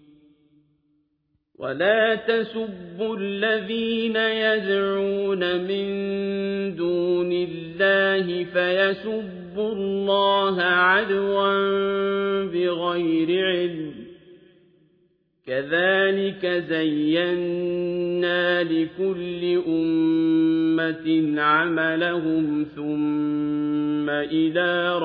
وَلَا تَسُبُّوا الَّذِينَ يَدْعُونَ مِن دُونِ اللَّهِ فَيَسُبُّوا اللَّهَ عَدْوًا بِغَيْرِ عِلْمٍ كذلك زينا لكل أمة عملهم ثم إلى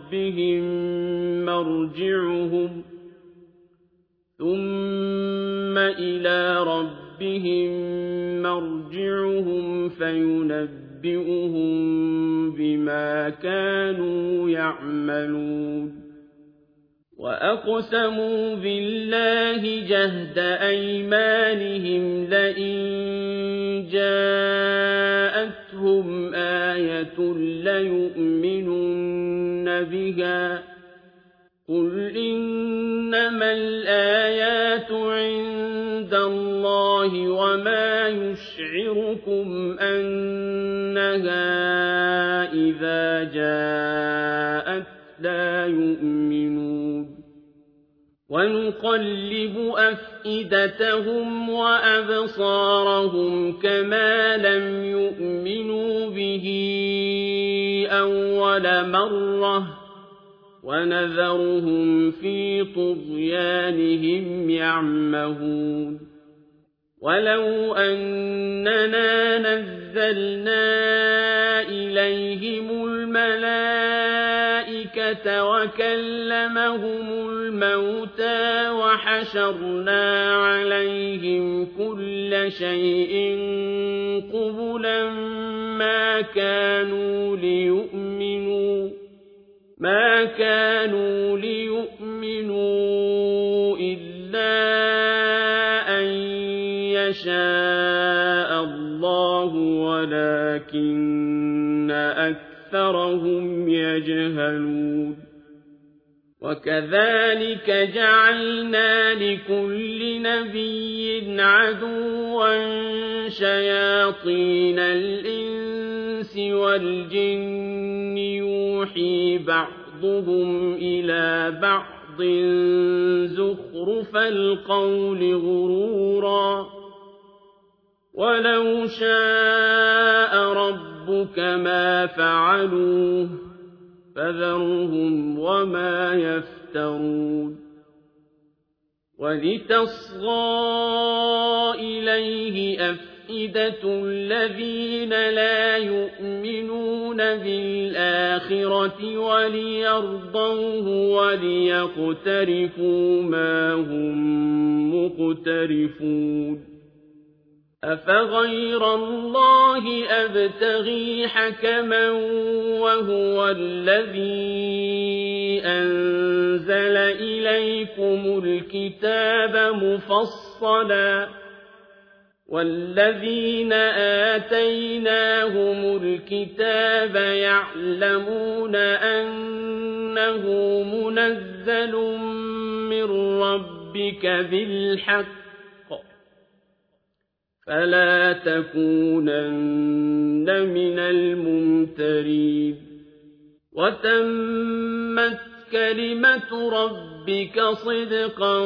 ربهم مرجعهم فينبئهم بما كانوا يعملون وأقسموا بالله جهد أيمانهم لئن جاءتهم آية ليؤمنن بها قل إنما الآيات عند الله وما يشعركم أنها إذا جاءت لا يؤمنون ونقلب أفئدتهم وأبصارهم كما لم يؤمنوا به أول مرة ونذرهم في طغيانهم يعمهون ولو أننا نزلنا إليهم الملائكة وكلمهم الموتى وحشرنا عليهم كل شيء قبلا ما كانوا ليؤمنوا إلا أن يشاء الله ولكن أكثرهم يجهلون وكذلك جعلنا لكل نبي عدوا شياطين الإنس والجن يوحي بعضهم إلى بعض زخرف القول غرورا ولو شاء ربك ما فعلوه فذرهم وما يفترون ولتصغى إليه أفئدة الذين لا يؤمنون بالآخرة وليرضوه وليقترفوا ما هم مقترفون أفغير الله أبتغي حكما وهو الذي أنزل إليكم الكتاب مفصلا والذين آتيناهم الكتاب يعلمون أنه منزل من ربك بالحق فلا تكونن من الممترين وتمت كلمة ربك صدقا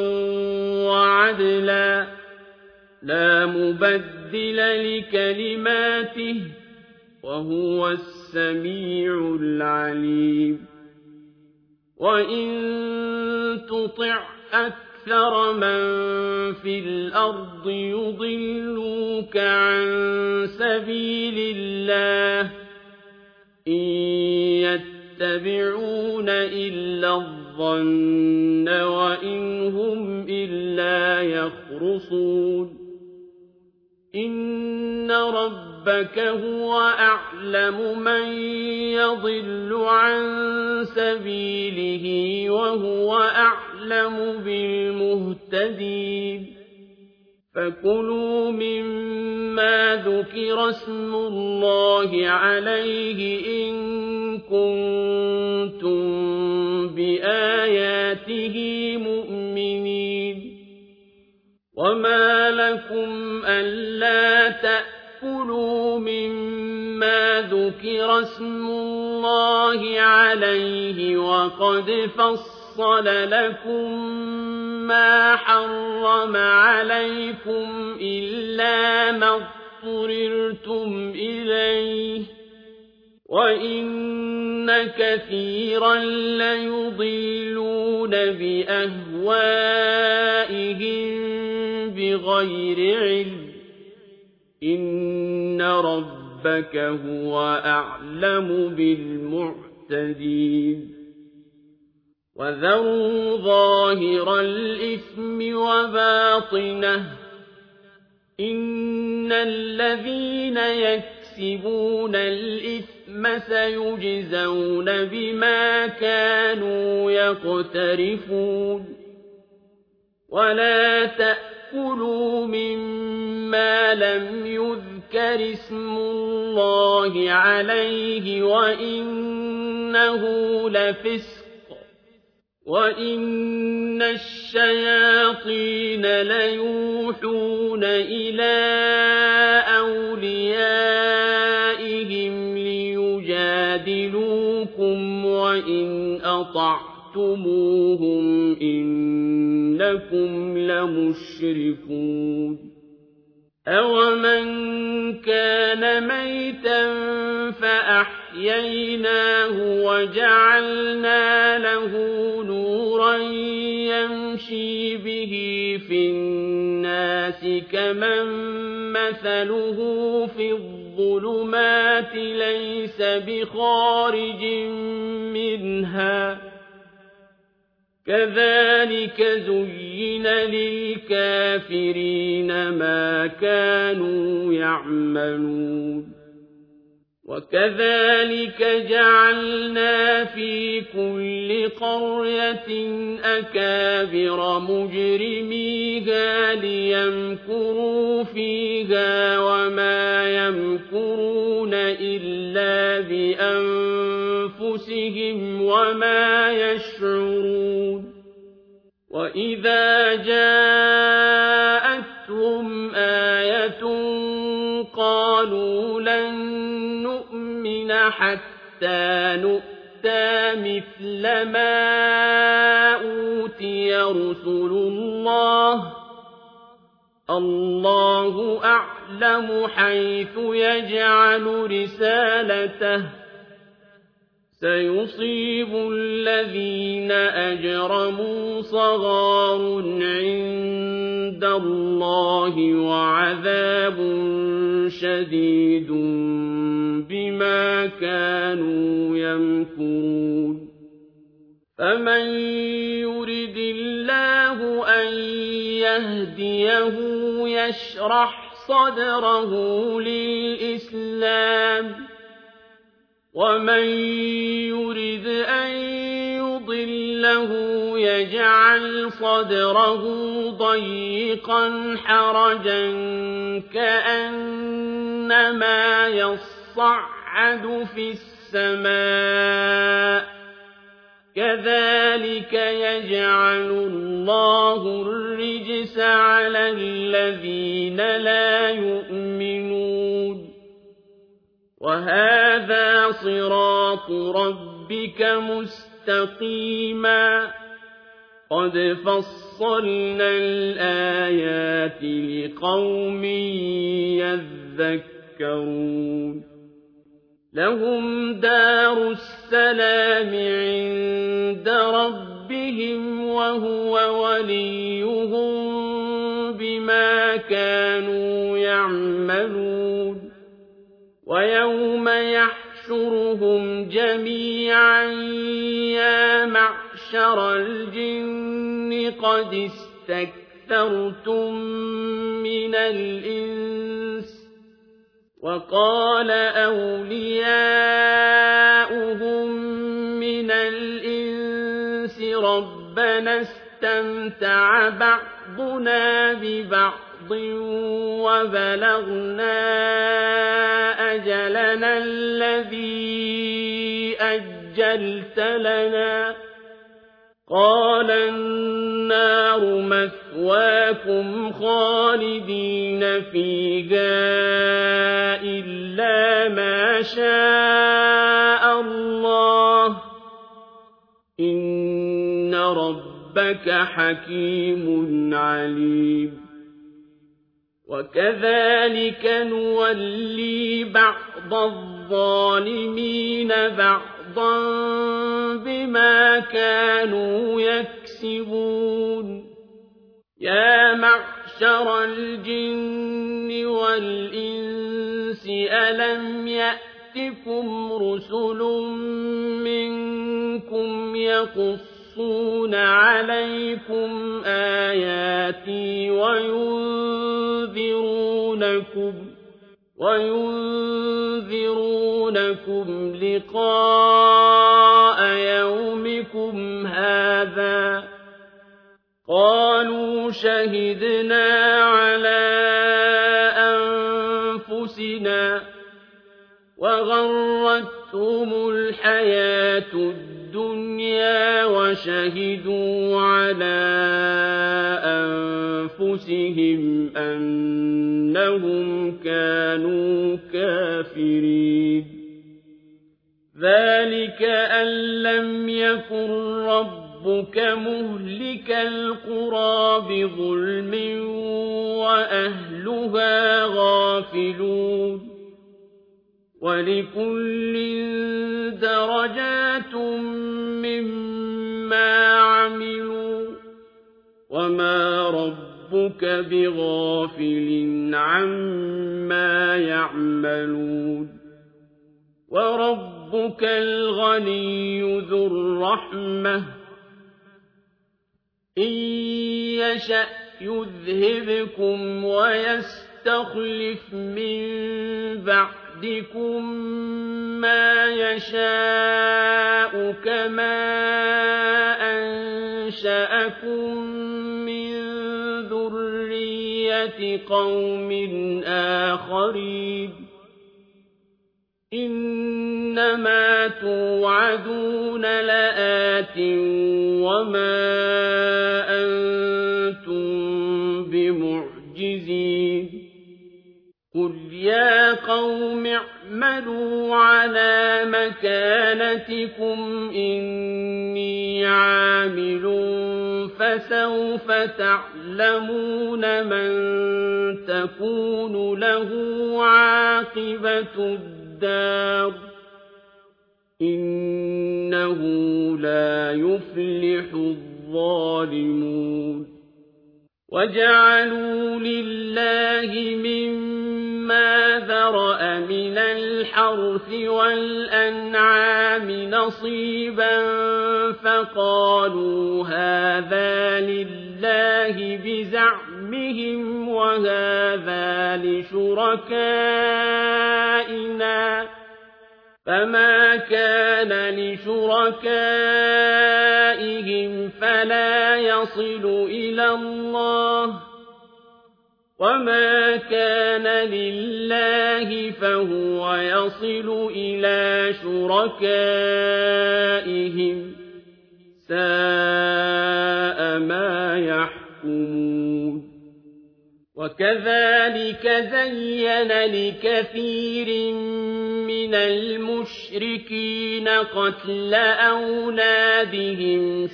وعدلا لا مبدل لكلماته وهو السميع العليم وإن تطع أكثر من في الأرض يضلوك عن سبيل الله إن يتبعون إلا الظن وإن هم إلا يخرصون إن ربك هو أعلم من يضل عن سبيله وهو أعلم بالمهتدين فكلوا مما ذكر اسم الله عليه إن كنتم بآياته مؤمنين وما لكم ألا تأكلوا مما ذكر اسم الله عليه وقد فصل لكم ما حرم عليكم إلا ما اضطررتم إليه وَإِنَّ كَثِيرًا لَّيُضِلُّونَ بِأَهْوَائِهِم بِغَيْرِ عِلْمٍ ۗ إِنَّ رَبَّكَ هُوَ أَعْلَمُ بِالْمُعْتَدِينَ وَذَرُوا ظَاهِرَ الْإِثْمِ وَبَاطِنَهُ ۚ إِنَّ الَّذِينَ يَكْسِبُونَ الْإِثْمَ سَيُجْزَوْنَ بِمَا كَانُوا يَقْتَرِفُونَ وَلَا تَأْكُلُوا مِمَّا لَمْ يُذْكَرِ اسْمُ اللَّهِ عَلَيْهِ وَإِنَّهُ لَفِسْقٌ ۗ وَإِنَّ الشَّيَاطِينَ لَيُوحُونَ إِلَىٰ أَوْلِيَائِهِمْ لِيُجَادِلُوكُمْ ۖ وَإِنْ أَطَعْتُمُوهُمْ إِنَّكُمْ لَمُشْرِكُونَ أَوَمَن كَانَ مَيْتًا فَأَحْيَيْنَاهُ وَجَعَلْنَا لَهُ نُورًا يَمْشِي بِهِ فِي النَّاسِ كَمَن مَّثَلُهُ فِي الظُّلُمَاتِ لَيْسَ بِخَارِجٍ مِّنْهَا ۚ كَذَٰلِكَ زُيِّنَ لِلْكَافِرِينَ مَا كَانُوا يَعْمَلُونَ وَكَذَٰلِكَ جَعَلْنَا فِي كُلِّ قَرْيَةٍ أَكَابِرَ مُجْرِمِيهَا لِيَمْكُرُوا فِيهَا وَمَا يَمْكُرُونَ إِلَّا بِأَنفُسِهِمْ وَمَا يَشْعُرُونَ وَإِذَا جَاءَتْهُمْ آيَةٌ قَالُوا لَن نُّؤْمِنَ حَتَّىٰ نُؤْتَىٰ مِثْلَ مَا أُوتِيَ رُسُلُ اللَّهِ ۘ اللَّهُ أَعْلَمُ حَيْثُ يَجْعَلُ رِسَالَتَهُ ۗ سَيُصِيبُ الَّذِينَ أَجْرَمُوا صَغَارٌ عِندَ اللَّهِ وَعَذَابٌ شَدِيدٌ بِمَا كَانُوا يَمْكُرُونَ فَمَن يُرِدِ اللَّهُ أَن يَهْدِيَهُ يَشْرَحْ صَدْرَهُ لِلْإِسْلَامِ ۖ وَمَن يُرِدْ أَن يُضِلَّهُ يَجْعَلْ صَدْرَهُ ضَيِّقًا حَرَجًا كَأَنَّمَا يَصَّعَّدُ فِي السَّمَاءِ ۚ كَذَٰلِكَ يَجْعَلُ اللَّهُ الرِّجْسَ عَلَى الَّذِينَ لَا يُؤْمِنُونَ وَهَٰذَا صِرَاطُ رَبِّكَ مُسْتَقِيمًا ۗ قَدْ فَصَّلْنَا الْآيَاتِ لِقَوْمٍ يَذَّكَّرُونَ لَهُمْ دَارُ السَّلَامِ عِندَ رَبِّهِمْ ۖ وَهُوَ وَلِيُّهُم بِمَا كَانُوا يَعْمَلُونَ وَيَوْمَ يَحْشُرُهُمْ جَمِيعًا يَا مَعْشَرَ الْجِنِّ قَدِ اسْتَكْثَرْتُم مِّنَ الْإِنسِ ۖ وَقَالَ أَوْلِيَاؤُهُم مِّنَ الْإِنسِ رَبَّنَا اسْتَمْتَعَ بَعْضُنَا بِبَعْضٍ وَبَلَغْنَا أَجَلَنَا الَّذِي أَجَّلْتَ لَنَا ۚ قَالَ النَّارُ مَثْوَاكُمْ خَالِدِينَ فِيهَا إِلَّا مَا شَاءَ اللَّهُ ۗ إِنَّ رَبَّكَ حَكِيمٌ عَلِيمٌ وكذلك نولي بعض الظالمين بعضا بما كانوا يكسبون يا معشر الجن والإنس ألم يأتكم رسل منكم يقصون عليكم آياتي وينذرونكم لقاء يومكم هذا قالوا شهدنا على أنفسنا وغرتهم الحياة الدنيا وشهدوا على أنفسهم أنهم كانوا كافرين ذلك أن لم يكن ربك مهلك القرى بظلم وأهلها غافلون ولكل درجات مما عملوا وما ربك بغافل عما يعملون وربك الغني ذو الرحمة إن يشأ يذهبكم ويستخلف من بعدكم ما يشاء كما أنشأكم من ذرية قوم آخرين إنما توعدون لآت وما أنتم بمعجزين قل يا قوم اعملوا على مكانتكم إني عامل فسوف تعلمون من تكون له عاقبة الدار إنه لا يفلح الظالمون وجعلوا لله مما ذرأ من الحرث والأنعام نصيبا فقالوا هذا لله بزعمهم وهذا لشركائنا فما كان لشركائهم فلا يصل إلى الله وما كان لله فهو يصل إلى شركائهم ساء ما يحكمون وكذلك زين لكثير من المشركين قتل أولادهم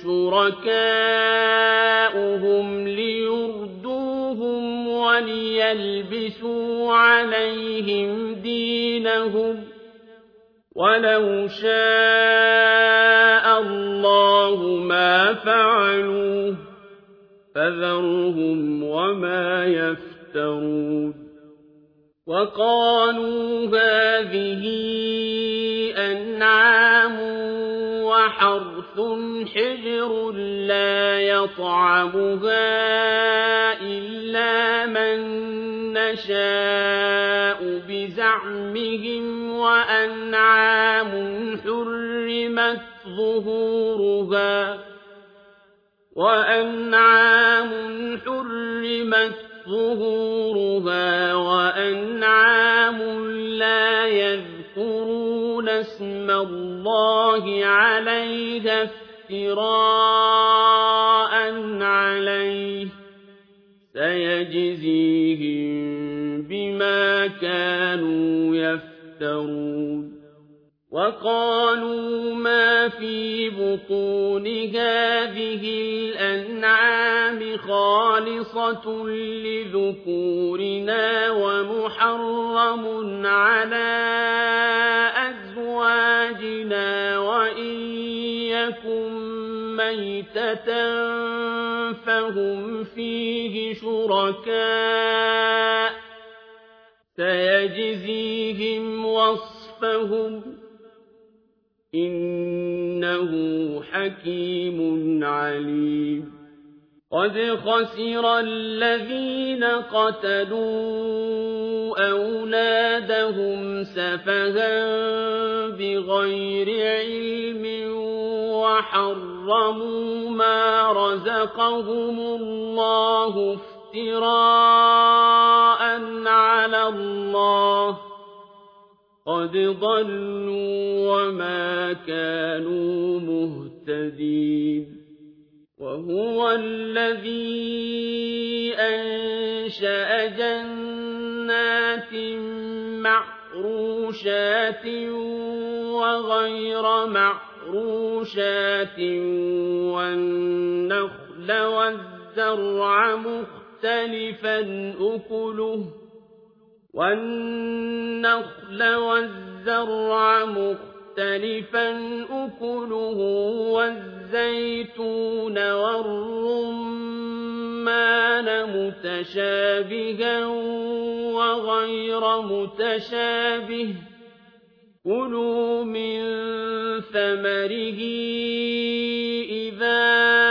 شركاؤهم ليردوهم وليلبسوا عليهم دينهم ولو شاء الله ما فعلوه فذرهم وما يفترون وقالوا هذه أنعام وحرث حجر لا يطعمها إلا من نشاء بزعمهم وأنعام حرمت ظهورها وأنعام لا يذكرون اسم الله عليها افتراء عليه سيجزيهم بما كانوا يفترون وقالوا ما في بطون هذه الأنعام خالصة خالصة لذكورنا ومحرم على أزواجنا وإن يكن ميتة فهم فيه شركاء سيجزيهم وصفهم إنه حكيم عليم قد خسر الذين قتلوا أولادهم سفها بغير علم وحرموا ما رزقهم الله افتراء على الله قد ضلوا وما كانوا مهتدين وهو الذي أنشأ جنات معروشات وغير معروشات والنخل والزرع مختلفا أكله والزيتون والرمان متشابها وغير متشابه كلوا من ثمره إذا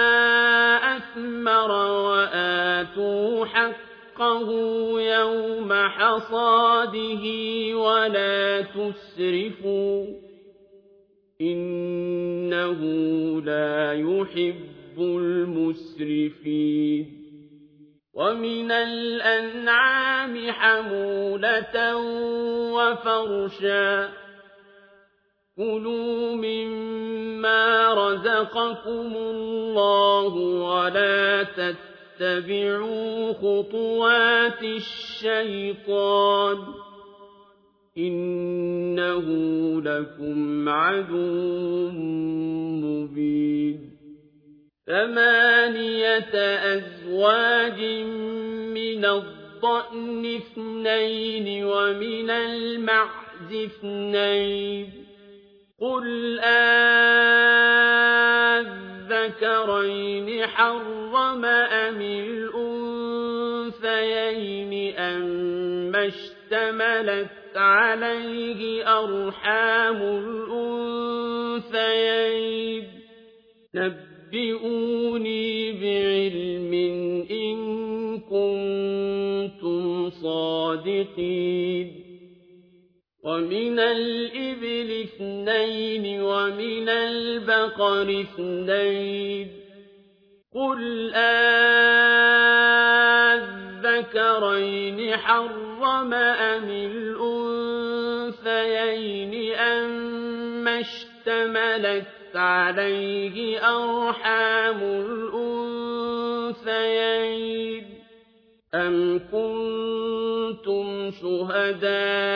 أثمر وآتوا حقه يوم حصاده ولا تسرفوا إنه لا يحب المسرفين ومن الأنعام حمولة وفرشا كلوا مما رزقكم الله ولا تتبعوا خطوات الشيطان إنه لكم عدو مبين 8 أزواج من الضأن 2 ومن المعز 2 قل أذكرين حرم أم الأنثيين أما اشتملت عليه أرحام الأنثيين نبئوني بعلم إن كنتم صادقين ومن الإبل 2 ومن البقر 2 قل أذكرين حرم أم الأنثيين أما اشتملت عليه أرحام الأنثيين أم كنتم شهداء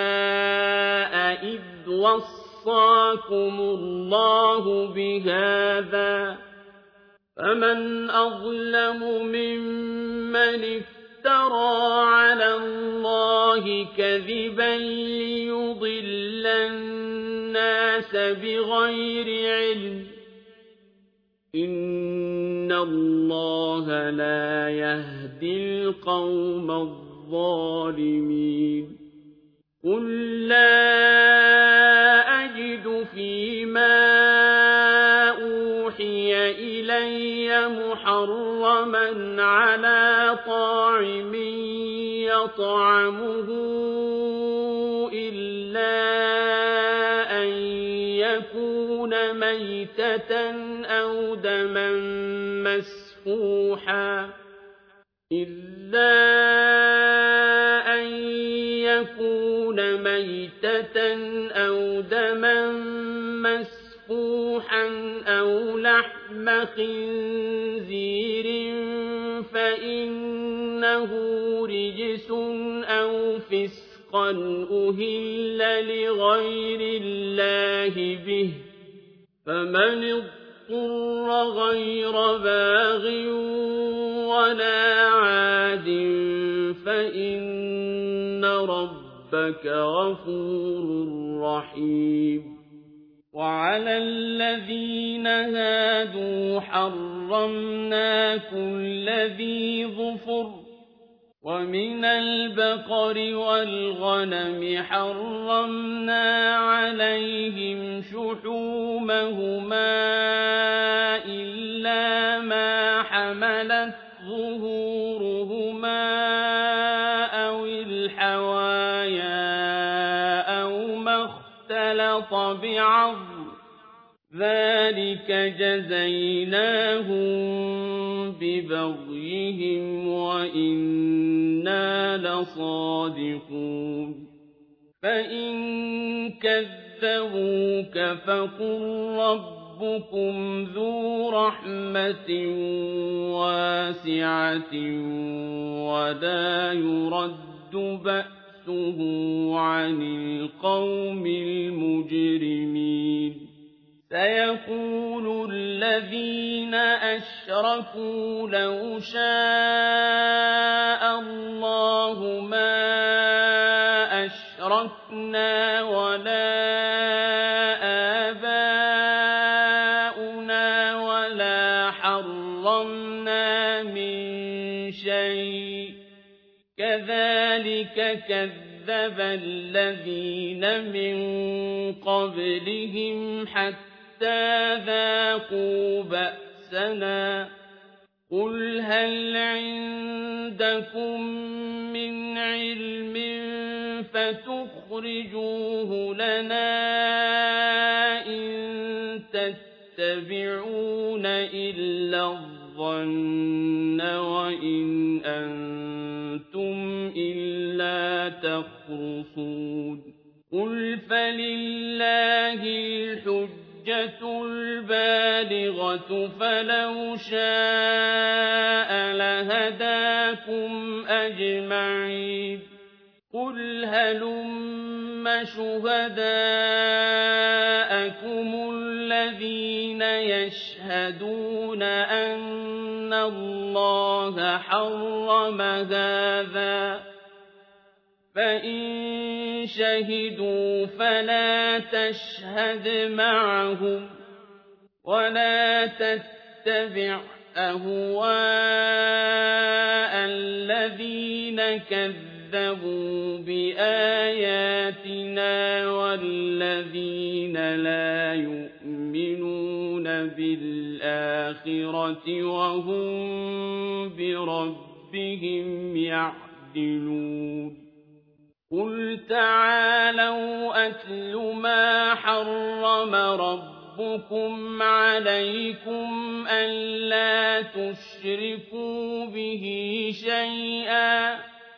إذ وصاكم الله بهذا فمن أظلم ممن افترى على الله كذبا ليضل الناس بغير علم إن الله لا يهدي القوم الظالمين قل لا أجد فيما أوحي إلي محرما على طاعم يطعمه إلا أن يكون ميتة أو دما مسفوحا أو لحم خنزير فإنه رجس أو فسقا أهل لغير الله به فمن اضطر غير باغ ولا فإن ربك غفور رحيم وعلى الذين هادوا حرمنا كل ذي ظفر ومن البقر والغنم حرمنا عليهم شحومهما إلا ما حملت ظهورهما أو الحوايا أو ما اختلط بعظم ذلك جزيناهم ببغيهم وإنا لصادقون فإن كذبوك فقل ربكم ذو رحمة واسعة ولا يرد بأسه عن القوم المجرمين سيقول الذين أشركوا لو شاء الله ما أشركنا ولا آباؤنا ولا حرمنا من شيء كذلك كذب الذين من قبلهم حتى ذاقوا بأسنا قل هل عندكم من علم فتخرجوه لنا إن تتبعون إلا الظن وإن أنتم إلا تخرصون قل فلله الحجة البالغة فلو شاء لهداكم أجمعين قل هلم شهداءكم الذين يشهدون أن الله حرم هذا فإن شهدوا فلا تشهد معهم ولا تتبع أهواء الذين كذبوا بآياتنا والذين لا يؤمنون بالآخرة وهم بربهم يعدلون قل تعالوا أتل ما حرم ربكم عليكم ألا تشركوا به شيئا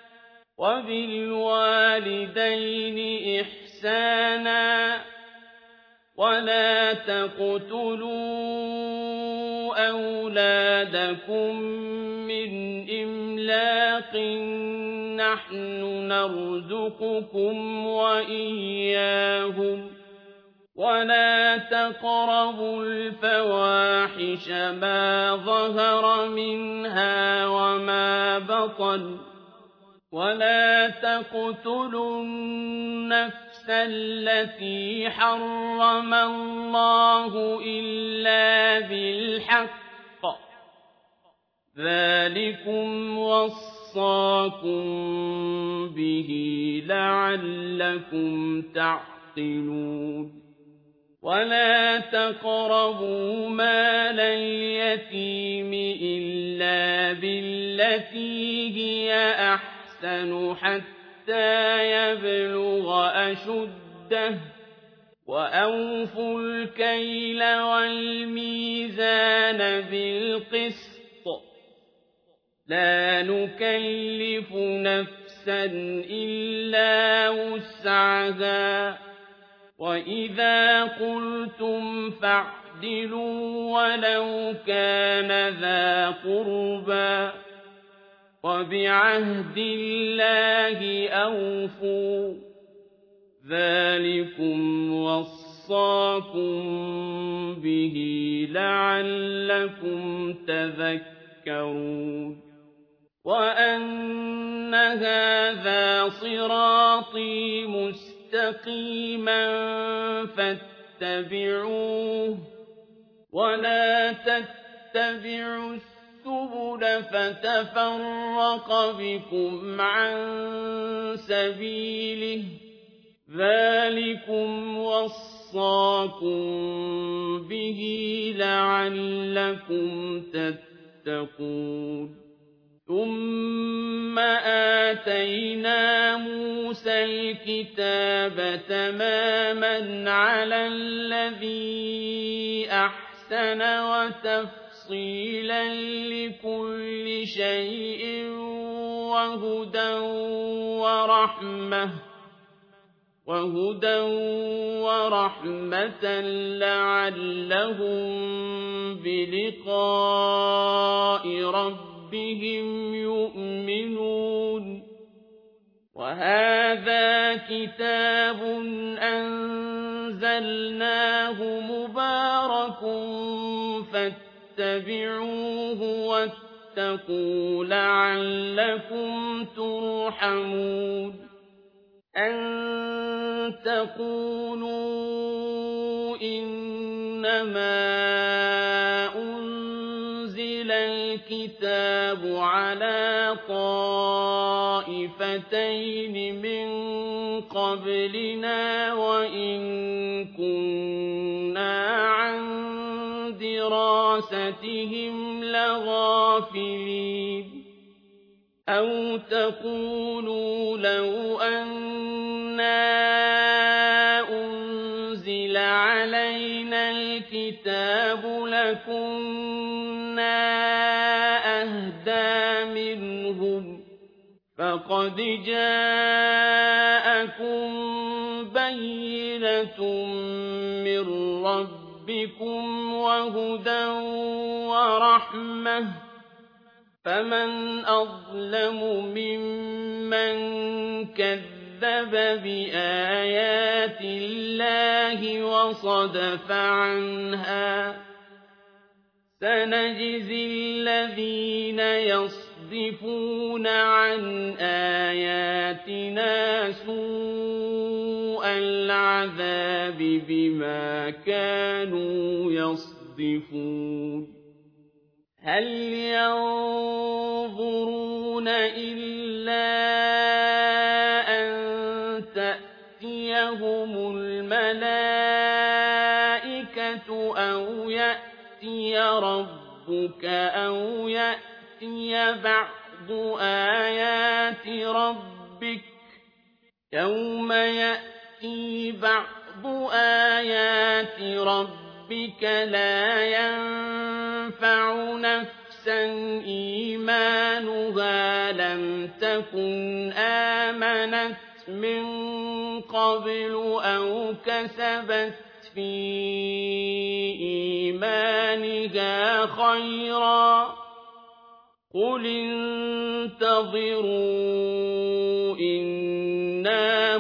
وبالوالدين إحسانا ولا تقتلوا أولادكم من إملاق نحن نرزقكم وإياهم ولا تقربوا الفواحش ما ظهر منها وما بطن ولا تقتلوا النفس التي حرم الله إلا بالحق ذلكم وصاكم به لعلكم تعقلون ولا تقربوا مال اليتيم إلا بالتي هي أحسن حتى يبلغ أشده وأوفوا الكيل والميزان بالقسط لا نكلف نفسا إلا وسعها وإذا قلتم فاعدلوا ولو كان ذا قربى وبعهد الله أوفوا ذلكم وصاكم به لعلكم تذكرون وَأَنَّ هَٰذَا صِرَاطِي مُسْتَقِيمًا فَاتَّبِعُوهُ ۖ وَلَا تَتَّبِعُوا السُّبُلَ فَتَفَرَّقَ بِكُمْ عَن سَبِيلِهِ ۚ ذَٰلِكُمْ وَصَّاكُم بِهِ لَعَلَّكُمْ تَتَّقُونَ ثُمَّ آتَيْنَا مُوسَى الْكِتَابَ تَمَامًا عَلَى الَّذِي أَحْسَنَ وَتَفْصِيلًا لِّكُلِّ شَيْءٍ وَهُدًى وَرَحْمَةً لَّعَلَّهُم بِلِقَاءِ رَبِّهِمْ يُؤْمِنُونَ وَهَٰذَا كِتَابٌ أَنزَلْنَاهُ مُبَارَكٌ فَاتَّبِعُوهُ وَاتَّقُوا لَعَلَّكُمْ تُرْحَمُونَ أَن تَقُولُوا إِنَّمَا أُنزِلَ الْكِتَابُ عَلَىٰ طَائِفَتَيْنِ مِن قَبْلِنَا وَإِن كُنَّا عَن دِرَاسَتِهِمْ لَغَافِلِينَ أَوْ تَقُولُوا لَوْ أَنَّا أُنزِلَ عَلَيْنَا الْكِتَابُ لَكُنَّا أَهْدَىٰ مِنْهُمْ ۚ فَقَدْ جَاءَكُم بَيِّنَةٌ مِّن رَّبِّكُمْ وَهُدًى وَرَحْمَةٌ ۚ فَمَنْ أَظْلَمُ مِمَّن كَذَّبَ بِآيَاتِ اللَّهِ وَصَدَفَ عَنْهَا ۗ سَنَجْزِي الَّذِينَ يَصْدِفُونَ عَنْ آيَاتِنَا سُوءَ الْعَذَابِ بِمَا كَانُوا يَصْدِفُونَ هَلْ يَنظُرُونَ إِلَّا أَن تَأْتِيَهُمُ الْمَلَائِكَةُ أَوْ يَأْتِيَ رَبُّكَ أَوْ يَأْتِيَ بَعْضُ آيَاتِ رَبِّكَ ۗ يَوْمَ يَأْتِي بَعْضُ آيَاتِ رَبِّكَ لَا يَنفَعُ نَفْسًا إِيمَانُهَا لَمْ تَكُنْ آمَنَتْ مِن قَبْلُ أَوْ كَسَبَتْ فِي إِيمَانِهَا خَيْرًا ۗ قُلِ انتَظِرُوا إِنَّا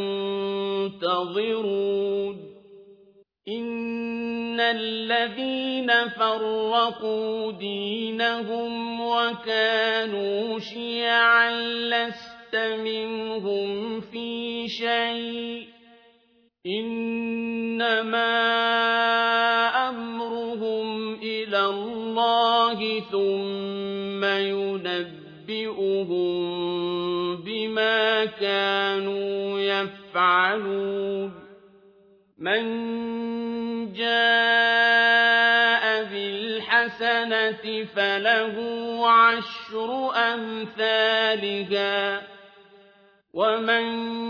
مُنتَظِرُونَ إِنَّ الَّذِينَ فَرَّقُوا دِينَهُمْ وَكَانُوا شِيَعًا لَّسْتَ مِنْهُمْ فِي شَيْءٍ ۚ إِنَّمَا أَمْرُهُمْ إِلَى اللَّهِ ثُمَّ يُنَبِّئُهُم بِمَا كَانُوا يَفْعَلُونَ مَن جَاءَ بِالْحَسَنَةِ فَلَهُ عَشْرُ أَمْثَالِهَا ۖ وَمَن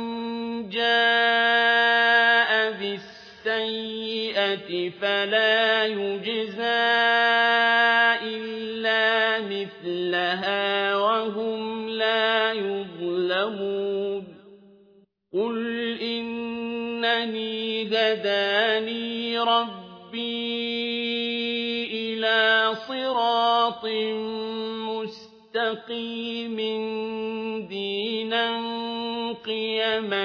جَاءَ بِالسَّيِّئَةِ فَلَا يُجْزَىٰ إِلَّا مِثْلَهَا وَهُمْ لَا يُظْلَمُونَ قُلْ إِنَّنِي هَدَانِي رَبِّي إِلَىٰ صِرَاطٍ مُّسْتَقِيمٍ دِينًا قِيَمًا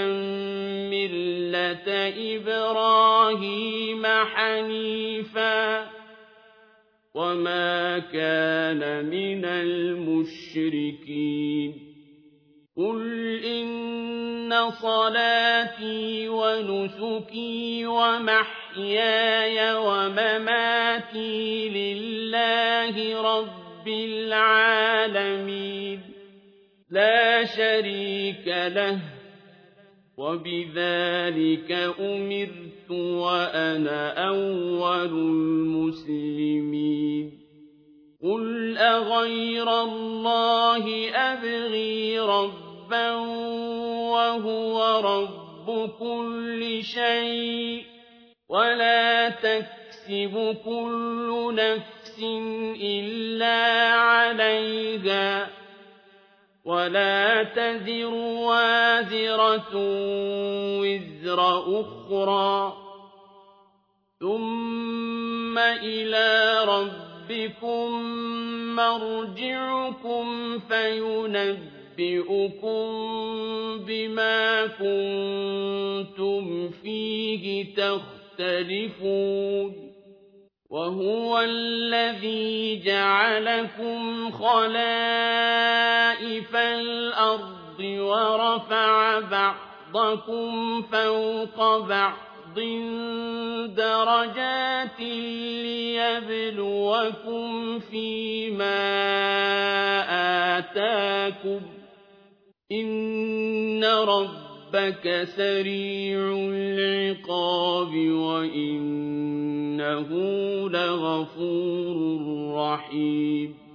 مِّلَّةَ إِبْرَاهِيمَ حَنِيفًا ۖ وما كان من المشركين قل إن صلاتي ونسكي ومحياي ومماتي لله رب العالمين لا شريك له وبذلك أمرت وأنا أول المسلمين قل أغير الله أبغي ربا وهو رب كل شيء ولا تكسب كل نفس إلا عليها ولا تزر وازرة وزر أخرى ثم إلى ربكم مرجعكم فينبئكم بما كنتم فيه تختلفون وهو الذي جعلكم خلائف الأرض ورفع بعضكم فوق بعض درجات ليبلوكم فيما آتاكم إن ربك سريع العقاب وإنه لغفور رحيم